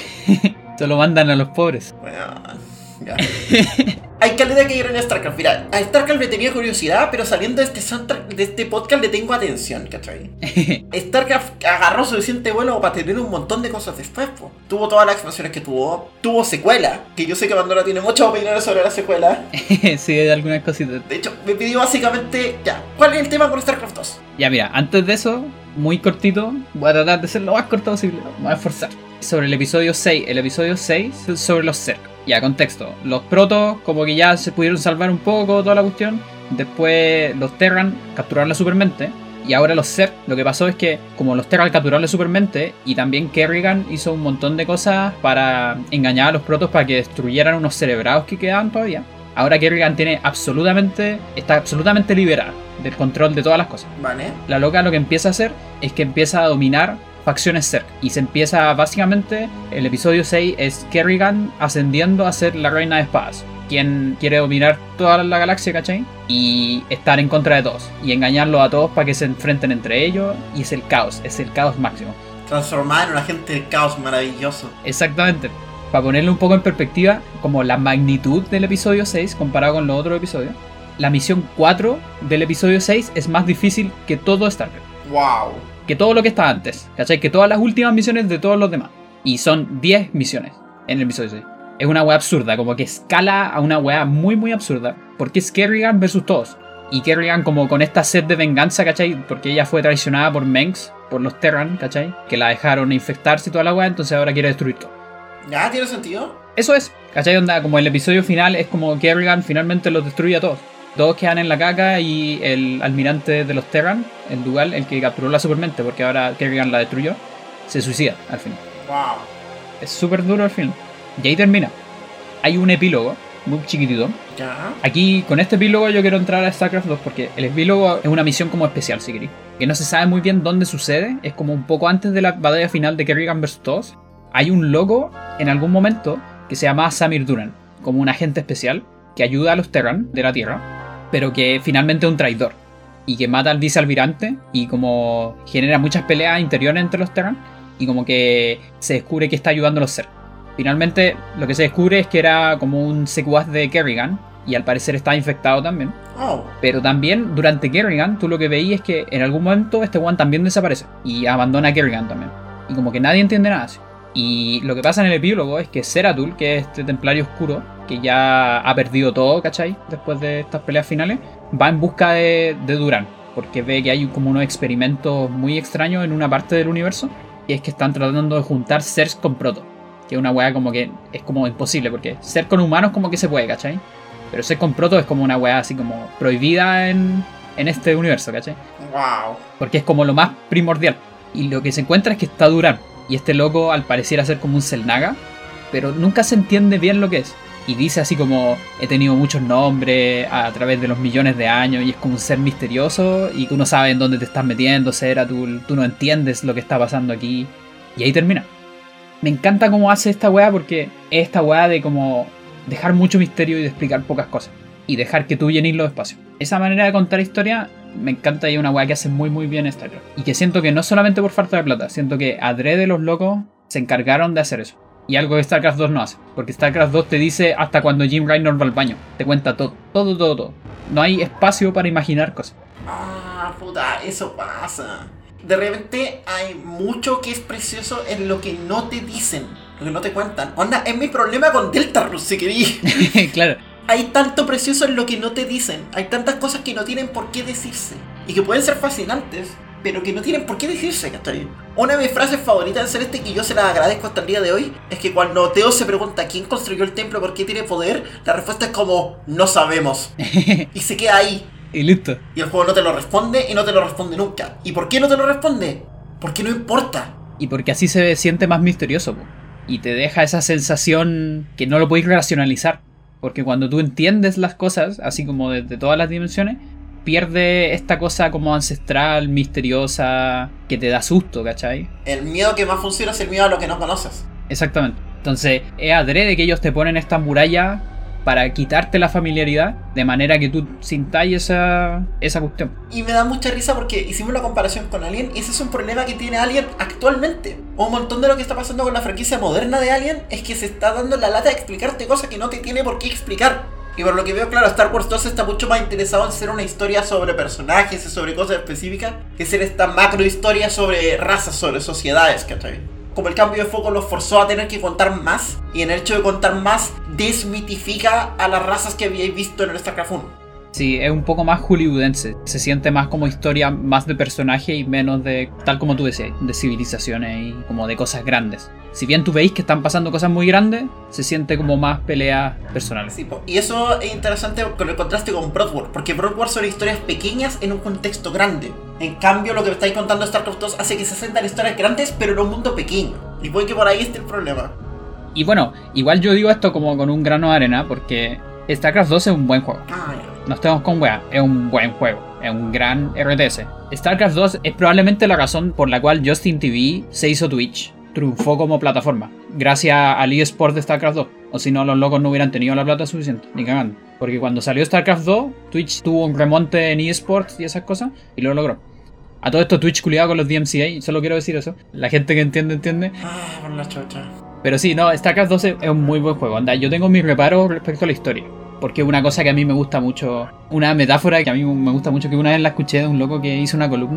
Solo mandan a los pobres. Bueno, ya. Hay calidad que ir en StarCraft. Mira, a StarCraft le tenía curiosidad, pero saliendo de este soundtrack, de este podcast le tengo atención, ¿cachai? StarCraft agarró suficiente vuelo para tener un montón de cosas después, po. Tuvo todas las expansiones que tuvo. Tuvo secuela, que yo sé que Pandora tiene muchas opiniones sobre la secuela. Sí, hay algunas cositas. De hecho, me pidió básicamente, ya, ¿cuál es el tema con StarCraft 2? Ya, mira, antes de eso, muy cortito, voy a tratar de ser lo más corto posible, me voy a esforzar. Sobre el episodio 6, es sobre los Zerg. Ya, contexto, los protos como que ya se pudieron salvar un poco, toda la cuestión. Después los Terran capturaron la supermente. Y ahora los Zerg, lo que pasó es que como los Terran capturaron la supermente, y también Kerrigan hizo un montón de cosas para engañar a los protos para que destruyeran unos cerebrados que quedaban todavía. Ahora Kerrigan está absolutamente liberada del control de todas las cosas. Vale. La loca lo que empieza a hacer es que empieza a dominar facciones Zerg. Y se empieza básicamente, el episodio 6 es Kerrigan ascendiendo a ser la reina de espadas. Quien quiere dominar toda la galaxia, ¿cachai? Y estar en contra de todos. Y engañarlos a todos para que se enfrenten entre ellos. Y es el caos máximo. Transformada en un agente del caos maravilloso. Exactamente. Para ponerle un poco en perspectiva, como la magnitud del episodio 6 comparado con los otros episodios, la misión 4 del episodio 6 es más difícil que todo StarCraft. ¡Wow! Que todo lo que está antes, ¿cachai? Que todas las últimas misiones de todos los demás. Y son 10 misiones en el episodio 6. Es una weá absurda, como que escala a una weá muy muy absurda. Porque es Kerrigan versus todos. Y Kerrigan como con esta sed de venganza, ¿cachai? Porque ella fue traicionada por Mengs, por los Terran, ¿cachai? Que la dejaron infectarse y toda la weá, entonces ahora quiere destruir todo. ¿Ya? ¿Tiene sentido? Eso es, ¿cachai? Onda, como el episodio final es como Kerrigan finalmente los destruye a todos. Todos quedan en la caca y el almirante de los Terran, el Dugal, el que capturó la Supermente, porque ahora Kerrigan la destruyó, se suicida al final. Wow. Es súper duro al final. Y ahí termina. Hay un epílogo muy chiquitito. Ya. Aquí, con este epílogo, yo quiero entrar a StarCraft 2 porque el epílogo es una misión como especial, si queréis. Que no se sabe muy bien dónde sucede. Es como un poco antes de la batalla final de Kerrigan vs. todos. Hay un loco en algún momento que se llama Samir Duran, como un agente especial que ayuda a los Terran de la Tierra, pero que finalmente es un traidor y que mata al vicealmirante y como genera muchas peleas interiores entre los Terran y como que se descubre que está ayudando a los Zerg. Finalmente lo que se descubre es que era como un secuaz de Kerrigan y al parecer estaba infectado también. Oh. Pero también durante Kerrigan tú lo que veías es que en algún momento este one también desaparece y abandona a Kerrigan también. Y como que nadie entiende nada así. Y lo que pasa en el epílogo es que Zeratul, que es este templario oscuro, que ya ha perdido todo, ¿cachai? Después de estas peleas finales, va en busca de Duran, porque ve que hay como unos experimentos muy extraños en una parte del universo, y es que están tratando de juntar Zergs con Proto, que es una weá como que es como imposible, porque ser con humanos como que se puede, ¿cachai? Pero ser con Proto es como una weá así como prohibida en este universo, ¿cachai? Wow. Porque es como lo más primordial. Y lo que se encuentra es que está Duran. Y este loco al parecer ser como un Xel'Naga, pero nunca se entiende bien lo que es. Y dice así como, he tenido muchos nombres a través de los millones de años, y es como un ser misterioso, y tú no sabes en dónde te estás metiendo, Zeratul, tú no entiendes lo que está pasando aquí. Y ahí termina. Me encanta cómo hace esta weá, porque es esta weá de como dejar mucho misterio y de explicar pocas cosas. Y dejar que tú llenes los espacios. Esa manera de contar historia me encanta, y es una weá que hace muy muy bien StarCraft. Y que siento que no solamente por falta de plata, siento que adrede los locos se encargaron de hacer eso. Y algo que StarCraft 2 no hace. Porque StarCraft 2 te dice hasta cuando Jim Raynor va al baño. Te cuenta todo, todo. No hay espacio para imaginar cosas. Ah, puta, eso pasa. De repente hay mucho que es precioso en lo que no te dicen, lo que no te cuentan. Onda, es mi problema con Deltarune, si querí. Claro. Hay tanto precioso en lo que no te dicen. Hay tantas cosas que no tienen por qué decirse. Y que pueden ser fascinantes, pero que no tienen por qué decirse, ¿cachai? Una de mis frases favoritas en Celeste, que yo se las agradezco hasta el día de hoy, es que cuando Teo se pregunta quién construyó el templo, por qué tiene poder, la respuesta es como, no sabemos. Y se queda ahí. Y listo. Y el juego no te lo responde, y no te lo responde nunca. ¿Y por qué no te lo responde? Porque no importa. Y porque así se siente más misterioso, po. Y te deja esa sensación que no lo podéis racionalizar. Porque cuando tú entiendes las cosas, así como desde todas las dimensiones, pierde esta cosa como ancestral, misteriosa, que te da susto, ¿cachai? El miedo que más funciona es el miedo a lo que no conoces. Exactamente. Entonces, es adrede que ellos te ponen esta muralla para quitarte la familiaridad, de manera que tú sintáis esa cuestión. Y me da mucha risa porque hicimos la comparación con Alien, y ese es un problema que tiene Alien actualmente. Un montón de lo que está pasando con la franquicia moderna de Alien es que se está dando la lata de explicarte cosas que no te tiene por qué explicar. Y por lo que veo, claro, Star Wars 2 está mucho más interesado en ser una historia sobre personajes y sobre cosas específicas, que ser esta macro historia sobre razas, sobre sociedades, ¿cachai? Como el cambio de foco los forzó a tener que contar más, y en el hecho de contar más desmitifica a las razas que habíais visto en el StarCraft 1. Sí, es un poco más hollywoodense. Se siente más como historia, más de personaje y menos de, tal como tú decías, de civilizaciones y como de cosas grandes. Si bien tú veis que están pasando cosas muy grandes, se siente como más peleas personales. Sí, y eso es interesante con el contraste con Broadwar, porque Broadwar son historias pequeñas en un contexto grande. En cambio, lo que me estáis contando StarCraft 2 hace que se sientan historias grandes, pero en un mundo pequeño. Y puede que por ahí esté el problema. Y bueno, igual yo digo esto como con un grano de arena, porque StarCraft 2 es un buen juego. No estemos con wea, es un buen juego, es un gran RTS. StarCraft 2 es probablemente la razón por la cual Justin TV se hizo Twitch, triunfó como plataforma, gracias al eSport de StarCraft 2. O si no, los locos no hubieran tenido la plata suficiente, ni cagando. Porque cuando salió StarCraft 2, Twitch tuvo un remonte en eSports y esas cosas, y lo logró. A todo esto, Twitch culiado con los DMCA, solo quiero decir eso. La gente que entiende, entiende. Por la chocha. Pero sí, no, StarCraft 2 es un muy buen juego. Anda, yo tengo mis reparos respecto a la historia. Porque es una cosa que a mí me gusta mucho. Una metáfora que a mí me gusta mucho, que una vez la escuché de un loco que hizo una columna.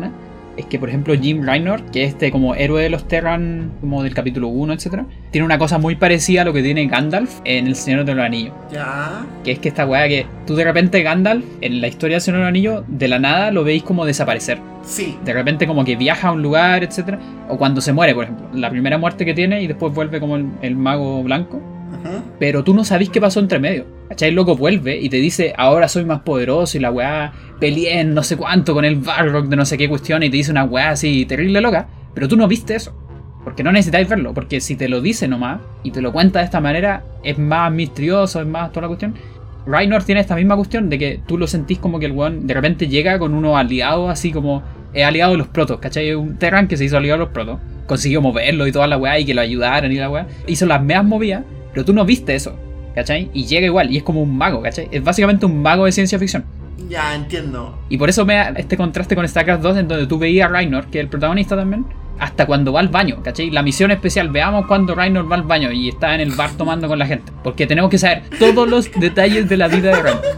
es que, por ejemplo, Jim Raynor, que es este como héroe de los Terran, como del capítulo 1, etc., tiene una cosa muy parecida a lo que tiene Gandalf en El Señor de los Anillos. Ya. Que es que esta weá que tú de repente Gandalf, en la historia del Señor de los Anillos, de la nada lo veis como desaparecer. Sí. De repente como que viaja a un lugar, etc. O cuando se muere, por ejemplo. La primera muerte que tiene y después vuelve como el mago blanco. Ujú. Pero tú no sabís qué pasó entre medio. ¿Cachai? El loco vuelve y te dice, ahora soy más poderoso y la weá peleé en no sé cuánto con el Balrog de no sé qué cuestión y te dice una weá así terrible loca. Pero tú no viste eso. Porque no necesitáis verlo. Porque si te lo dice nomás y te lo cuenta de esta manera, es más misterioso, es más toda la cuestión. Raynor tiene esta misma cuestión de que tú lo sentís como que el weón de repente llega con unos aliados así como... Es aliado de los protos, ¿cachai? Un Terran que se hizo aliado de los protos. Consiguió moverlo y toda la weá y que lo ayudaran y la weá. Hizo las meas movidas, pero tú no viste eso, ¿cachai? Y llega igual, y es como un mago, ¿cachai? Es básicamente un mago de ciencia ficción. Ya, entiendo. Y por eso me da este contraste con StarCraft 2, en donde tú veías a Raynor, que es el protagonista también, hasta cuando va al baño, ¿cachai? La misión especial, veamos cuando Raynor va al baño y está en el bar tomando con la gente. Porque tenemos que saber todos los detalles de la vida de Raynor.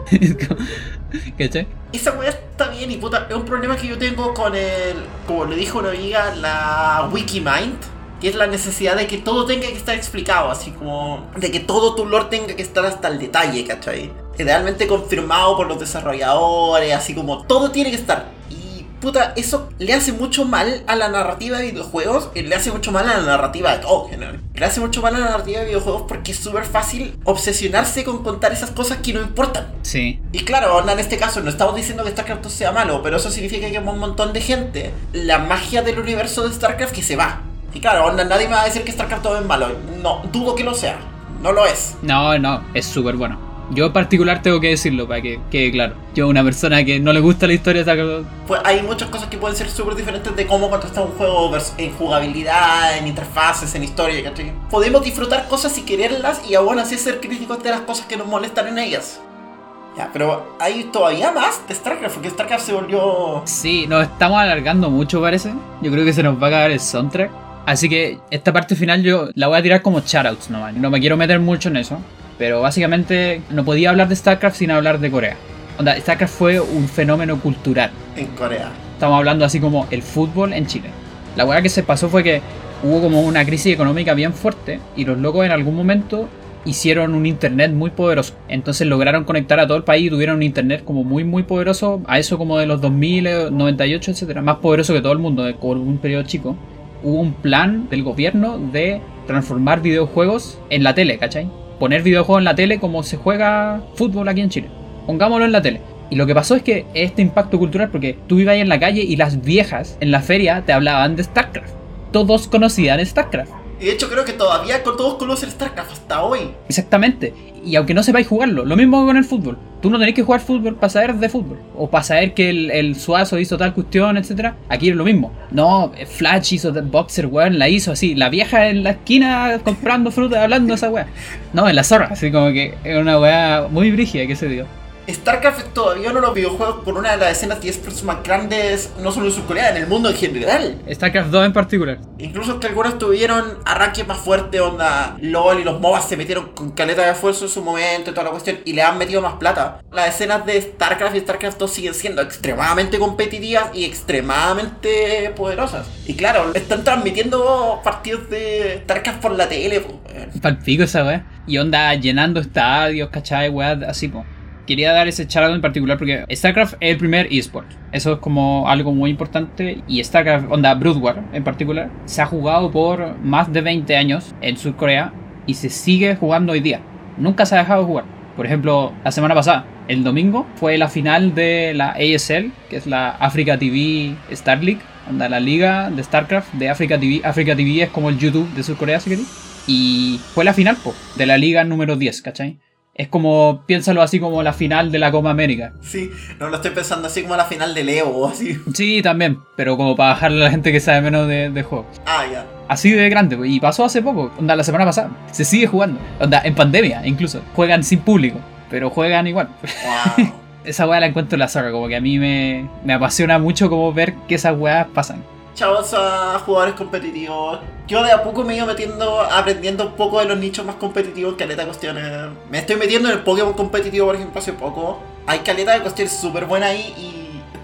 ¿Cachai? Esa weá está bien y puta, es un problema que yo tengo con el... Como le dijo una amiga, la Wikimind. Que es la necesidad de que todo tenga que estar explicado, así como... De que todo tu lore tenga que estar hasta el detalle, ¿cachai? Idealmente confirmado por los desarrolladores, así como... Todo tiene que estar. Y puta, eso le hace mucho mal a la narrativa de videojuegos. Y le hace mucho mal a la narrativa de todo en general. Le hace mucho mal a la narrativa de videojuegos porque es súper fácil obsesionarse con contar esas cosas que no importan. Sí. Y claro, onda, en este caso no estamos diciendo que StarCraft 2 sea malo, pero eso significa que hay un montón de gente, la magia del universo de StarCraft que se va. Y claro, onda, nadie me va a decir que StarCraft 2 es malo. No, dudo que lo sea. No lo es. No, es súper bueno. Yo en particular tengo que decirlo para que quede claro. Yo, una persona que no le gusta la historia de StarCraft 2... Pues hay muchas cosas que pueden ser súper diferentes de cómo contrastar un juego en jugabilidad, en interfaces, en historia, ¿cachai? Podemos disfrutar cosas y quererlas y aún así ser críticos de las cosas que nos molestan en ellas. Ya, pero hay todavía más de StarCraft, porque StarCraft se volvió... Sí, nos estamos alargando mucho, parece. Yo creo que se nos va a acabar el soundtrack. Así que esta parte final yo la voy a tirar como shoutouts nomás. No me quiero meter mucho en eso. Pero básicamente no podía hablar de StarCraft sin hablar de Corea. Onda, StarCraft fue un fenómeno cultural. En Corea. Estamos hablando así como el fútbol en Chile. La weá que se pasó fue que hubo como una crisis económica bien fuerte. Y los locos en algún momento hicieron un internet muy poderoso. Entonces lograron conectar a todo el país y tuvieron un internet como muy muy poderoso. A eso como de los 2000, 98, etc. Más poderoso que todo el mundo, por un periodo chico. Hubo un plan del gobierno de transformar videojuegos en la tele, ¿cachai? Poner videojuegos en la tele como se juega fútbol aquí en Chile. Pongámoslo en la tele. Y lo que pasó es que este impacto cultural, porque tú ibas ahí en la calle y las viejas en la feria te hablaban de StarCraft. Todos conocían StarCraft. Y de hecho creo que todavía todos conocen StarCraft hasta hoy. Exactamente. Y aunque no sepáis jugarlo, lo mismo con el fútbol. Tú no tenés que jugar fútbol para saber de fútbol. O para saber que el Suazo hizo tal cuestión, etc. Aquí es lo mismo. No, Flash hizo Boxer, weón, la hizo así. La vieja en la esquina comprando fruta, hablando de esa weá. No, en la zorra. Así como que es una weá muy brígida que se dio. StarCraft es todavía uno de los videojuegos con una de las escenas de esports más grandes, no solo en Surcorea, en el mundo en general. StarCraft 2 en particular. Incluso que algunos tuvieron arranques más fuertes, onda LOL y los MOBAs se metieron con caleta de esfuerzo en su momento y toda la cuestión, y le han metido más plata. Las escenas de StarCraft y StarCraft 2 siguen siendo extremadamente competitivas y extremadamente poderosas. Y claro, están transmitiendo partidos de StarCraft por la tele, po. Palpico esa weá. Y onda llenando estadios, ¿cachai? Weá, así, po. Quería dar ese charado en particular porque StarCraft es el primer eSport. Eso es como algo muy importante. Y StarCraft, onda Brood War en particular, se ha jugado por más de 20 años en Surcorea y se sigue jugando hoy día. Nunca se ha dejado de jugar. Por ejemplo, la semana pasada, el domingo, fue la final de la ASL, que es la Africa TV Star League, onda la liga de StarCraft de Africa TV. Africa TV es como el YouTube de Surcorea, si queréis. Y fue la final, po, de la liga número 10, ¿cachai? Es como, piénsalo así como la final de la Copa América. Sí, no lo estoy pensando así como la final del Evo o así. Sí, también, pero como para bajarle a la gente que sabe menos de juego. Ah, ya. Así de grande, y pasó hace poco, onda la semana pasada. Se sigue jugando, onda en pandemia incluso. Juegan sin público, pero juegan igual. Wow. Esa weá la encuentro en la zorra, como que a mí me apasiona mucho como ver que esas weas pasan. Chavos a jugadores competitivos. Yo de a poco me he ido metiendo, aprendiendo un poco de los nichos más competitivos, caleta de cuestiones. Me estoy metiendo en el Pokémon competitivo, por ejemplo, hace poco. Hay caleta de cuestiones súper buenas ahí y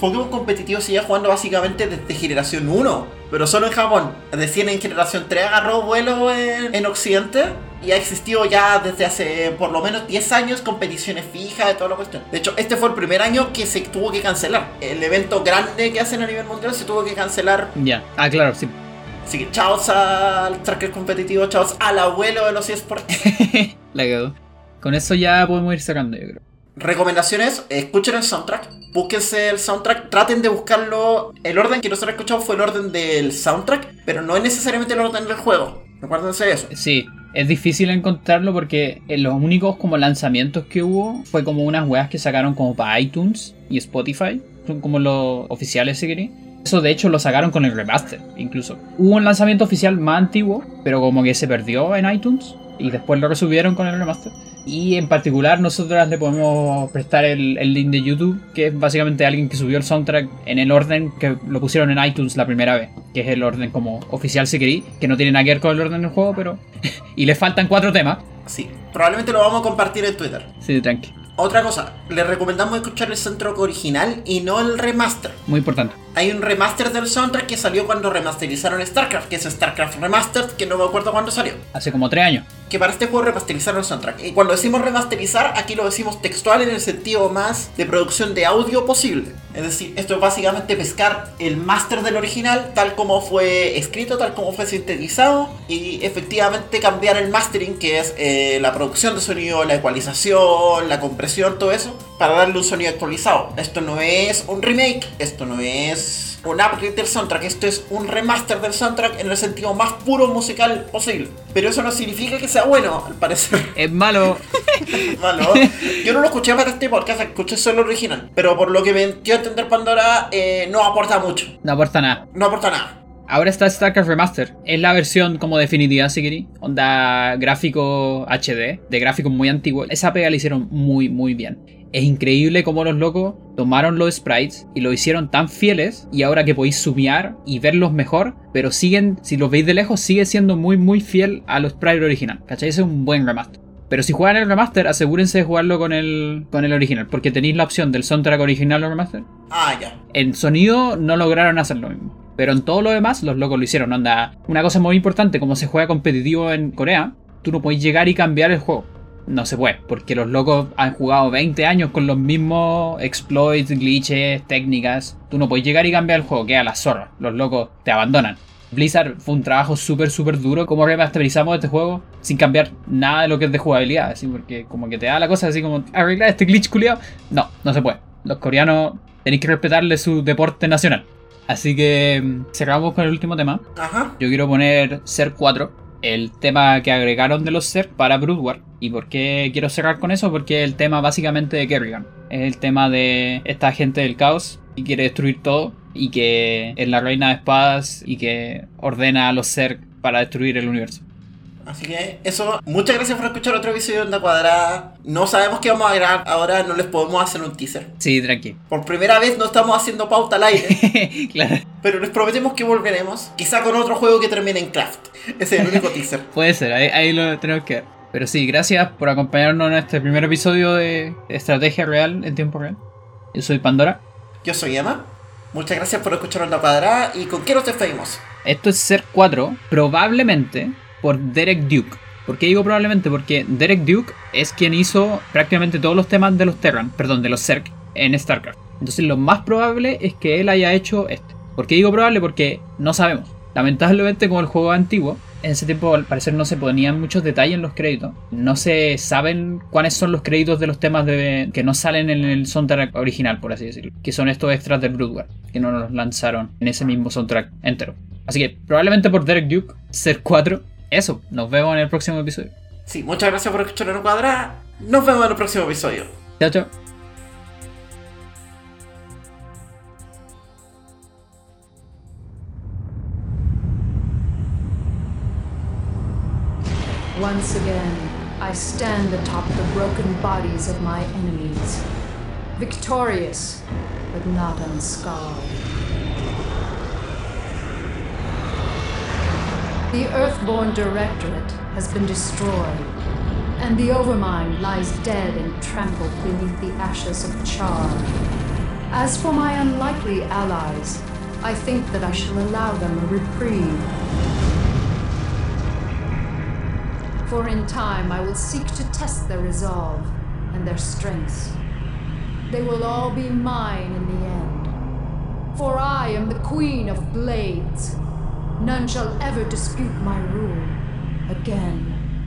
Pokémon competitivo se lleva jugando básicamente desde generación 1, pero solo en Japón. Recién en generación 3 agarró vuelo en Occidente y ha existido ya desde hace por lo menos 10 años competiciones fijas y toda la cuestión. De hecho, este fue el primer año que se tuvo que cancelar. El evento grande que hacen a nivel mundial se tuvo que cancelar. Ya, claro, sí. Así que chao al tracker competitivo, chao al abuelo de los eSports. La cagó. Con eso ya podemos ir sacando, yo creo. Recomendaciones, escuchen el soundtrack, búsquense el soundtrack, traten de buscarlo. El orden que nosotros escuchamos fue el orden del soundtrack, pero no es necesariamente el orden del juego. Recuérdense eso. Sí, es difícil encontrarlo porque los únicos como lanzamientos que hubo fue como unas weas que sacaron como para iTunes y Spotify. Son como los oficiales, si queréis. Eso de hecho lo sacaron con el remaster, incluso. Hubo un lanzamiento oficial más antiguo, pero como que se perdió en iTunes y después lo resubieron con el remaster. Y en particular nosotros le podemos prestar el link de YouTube, que es básicamente alguien que subió el soundtrack en el orden que lo pusieron en iTunes la primera vez, que es el orden como oficial si queréis, que no tiene nada que ver con el orden del juego, pero... y le faltan 4 temas. Sí, probablemente lo vamos a compartir en Twitter. Sí, tranqui. Otra cosa, les recomendamos escuchar el soundtrack original y no el remaster. Muy importante. Hay un remaster del soundtrack que salió cuando remasterizaron StarCraft, que es StarCraft Remastered, que no me acuerdo cuándo salió. Hace como 3 años. Que para este juego remasterizaron el soundtrack. Y cuando decimos remasterizar, aquí lo decimos textual en el sentido más de producción de audio posible. Es decir, esto es básicamente pescar el máster del original, tal como fue escrito, tal como fue sintetizado, y efectivamente cambiar el mastering, que es la producción de sonido, la ecualización, la compresión, todo eso, para darle un sonido actualizado. Esto no es un remake, esto no es un upgrade del soundtrack, esto es un remaster del soundtrack en el sentido más puro musical posible. Pero eso no significa que sea bueno, al parecer. Es malo. Malo. Yo no lo escuché para este podcast, escuché solo el original. Pero por lo que me dio a entender Pandora, no aporta mucho. No aporta nada. No aporta nada. Ahora está StarCraft Remaster. Es la versión como definitiva, si queréis. Onda gráfico HD, de gráficos muy antiguos. Esa pega la hicieron muy, muy bien. Es increíble cómo los locos tomaron los sprites y lo hicieron tan fieles. Y ahora que podéis zoomear y verlos mejor, pero siguen, si los veis de lejos, sigue siendo muy, muy fiel a los sprites original. ¿Cachai? Ese es un buen remaster. Pero si juegan el remaster, asegúrense de jugarlo con el original, porque tenéis la opción del soundtrack original o remaster. Ah, ya. En sonido no lograron hacer lo mismo. Pero en todo lo demás, los locos lo hicieron. Onda, una cosa muy importante, como se juega competitivo en Corea, tú no podés llegar y cambiar el juego. No se puede, porque los locos han jugado 20 años con los mismos exploits, glitches, técnicas. Tú no podés llegar y cambiar el juego, queda la zorra. Los locos te abandonan. Blizzard fue un trabajo súper duro. Como remasterizamos este juego sin cambiar nada de lo que es de jugabilidad, así, porque como que te da la cosa así como arreglar este glitch culiado. No, no se puede. Los coreanos tenéis que respetarle su deporte nacional. Así que cerramos con el último tema. Ajá. Yo quiero poner Zerg 4, el tema que agregaron de los Zerg para Brood War. ¿Y por qué quiero cerrar con eso? Porque es el tema básicamente de Kerrigan. Es el tema de esta gente del caos y quiere destruir todo. Y que es la reina de espadas y que ordena a los Zerg para destruir el universo. Así que eso, muchas gracias por escuchar otro episodio de Onda Cuadrada. No sabemos qué vamos a grabar ahora, no les podemos hacer un teaser. Sí, tranqui. Por primera vez no estamos haciendo pauta al aire. Claro. Pero les prometemos que volveremos, quizá con otro juego que termine en Craft. Ese es el único teaser. Puede ser, ahí lo tenemos que ver. Pero sí, gracias por acompañarnos en este primer episodio de Estrategia Real en Tiempo Real. Yo soy Pandora. Yo soy Emma. Muchas gracias por escuchar Onda Cuadrada. ¿Y con qué nos despedimos? Esto es Zerg 4, probablemente por Derek Duke. ¿Por qué digo probablemente? Porque Derek Duke es quien hizo prácticamente todos los temas de los de los Zerg en StarCraft. Entonces lo más probable es que él haya hecho este. ¿Por qué digo probable? Porque no sabemos. Lamentablemente, como el juego es antiguo, en ese tiempo al parecer no se ponían muchos detalles en los créditos. No se saben cuáles son los créditos de los temas que no salen en el soundtrack original, por así decirlo. Que son estos extras del Brood War, que no nos lanzaron en ese mismo soundtrack entero. Así que probablemente por Derek Duke, Zerg 4. Eso, nos vemos en el próximo episodio. Sí, muchas gracias por escuchar Onda Cuadrada. Nos vemos en el próximo episodio. Chao, chao. Once again, I stand atop the broken bodies of my enemies, victorious, but not unscarred. The Earthborn Directorate has been destroyed, and the Overmind lies dead and trampled beneath the ashes of Char. As for my unlikely allies, I think that I shall allow them a reprieve. For in time I will seek to test their resolve and their strengths. They will all be mine in the end. For I am the Queen of Blades. None shall ever dispute my rule again.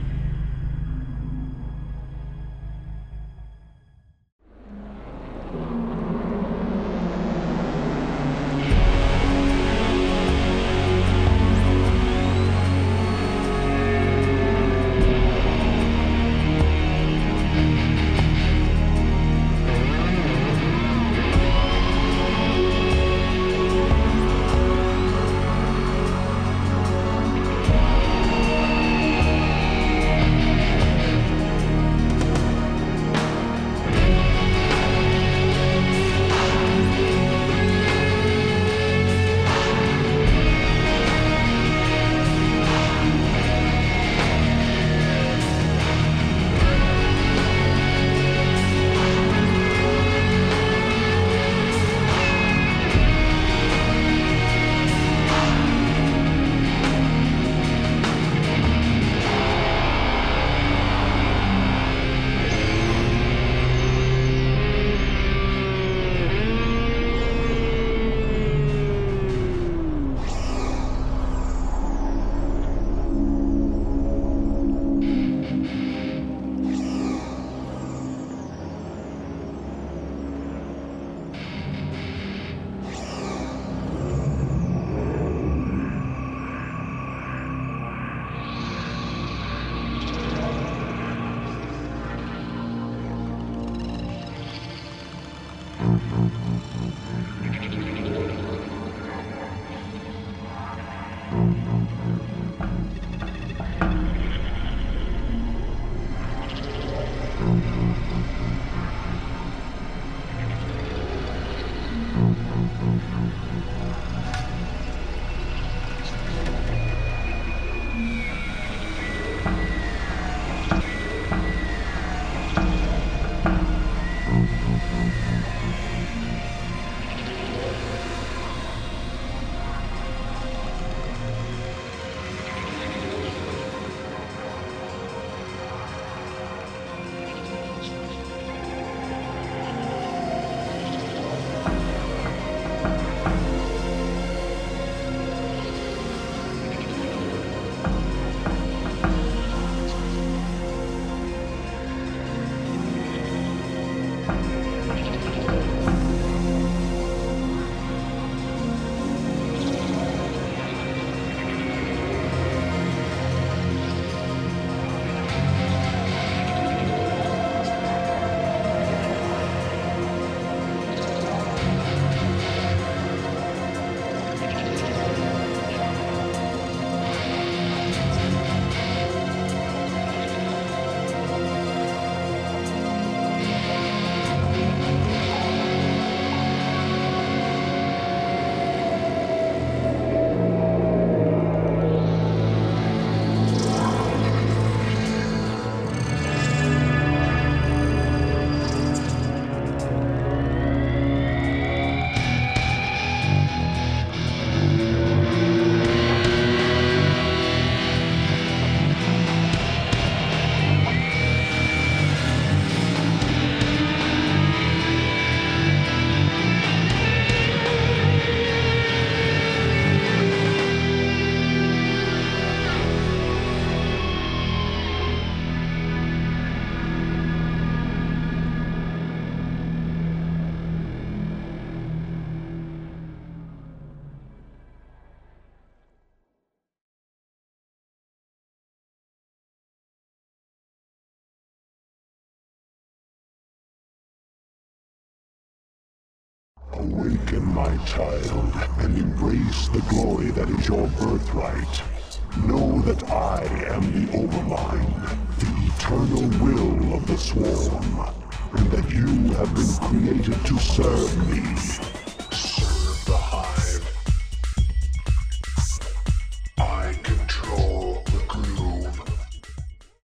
Awaken, my child, and embrace the glory that is your birthright. Know that I am the Overmind, the eternal will of the Swarm, and that you have been created to serve me.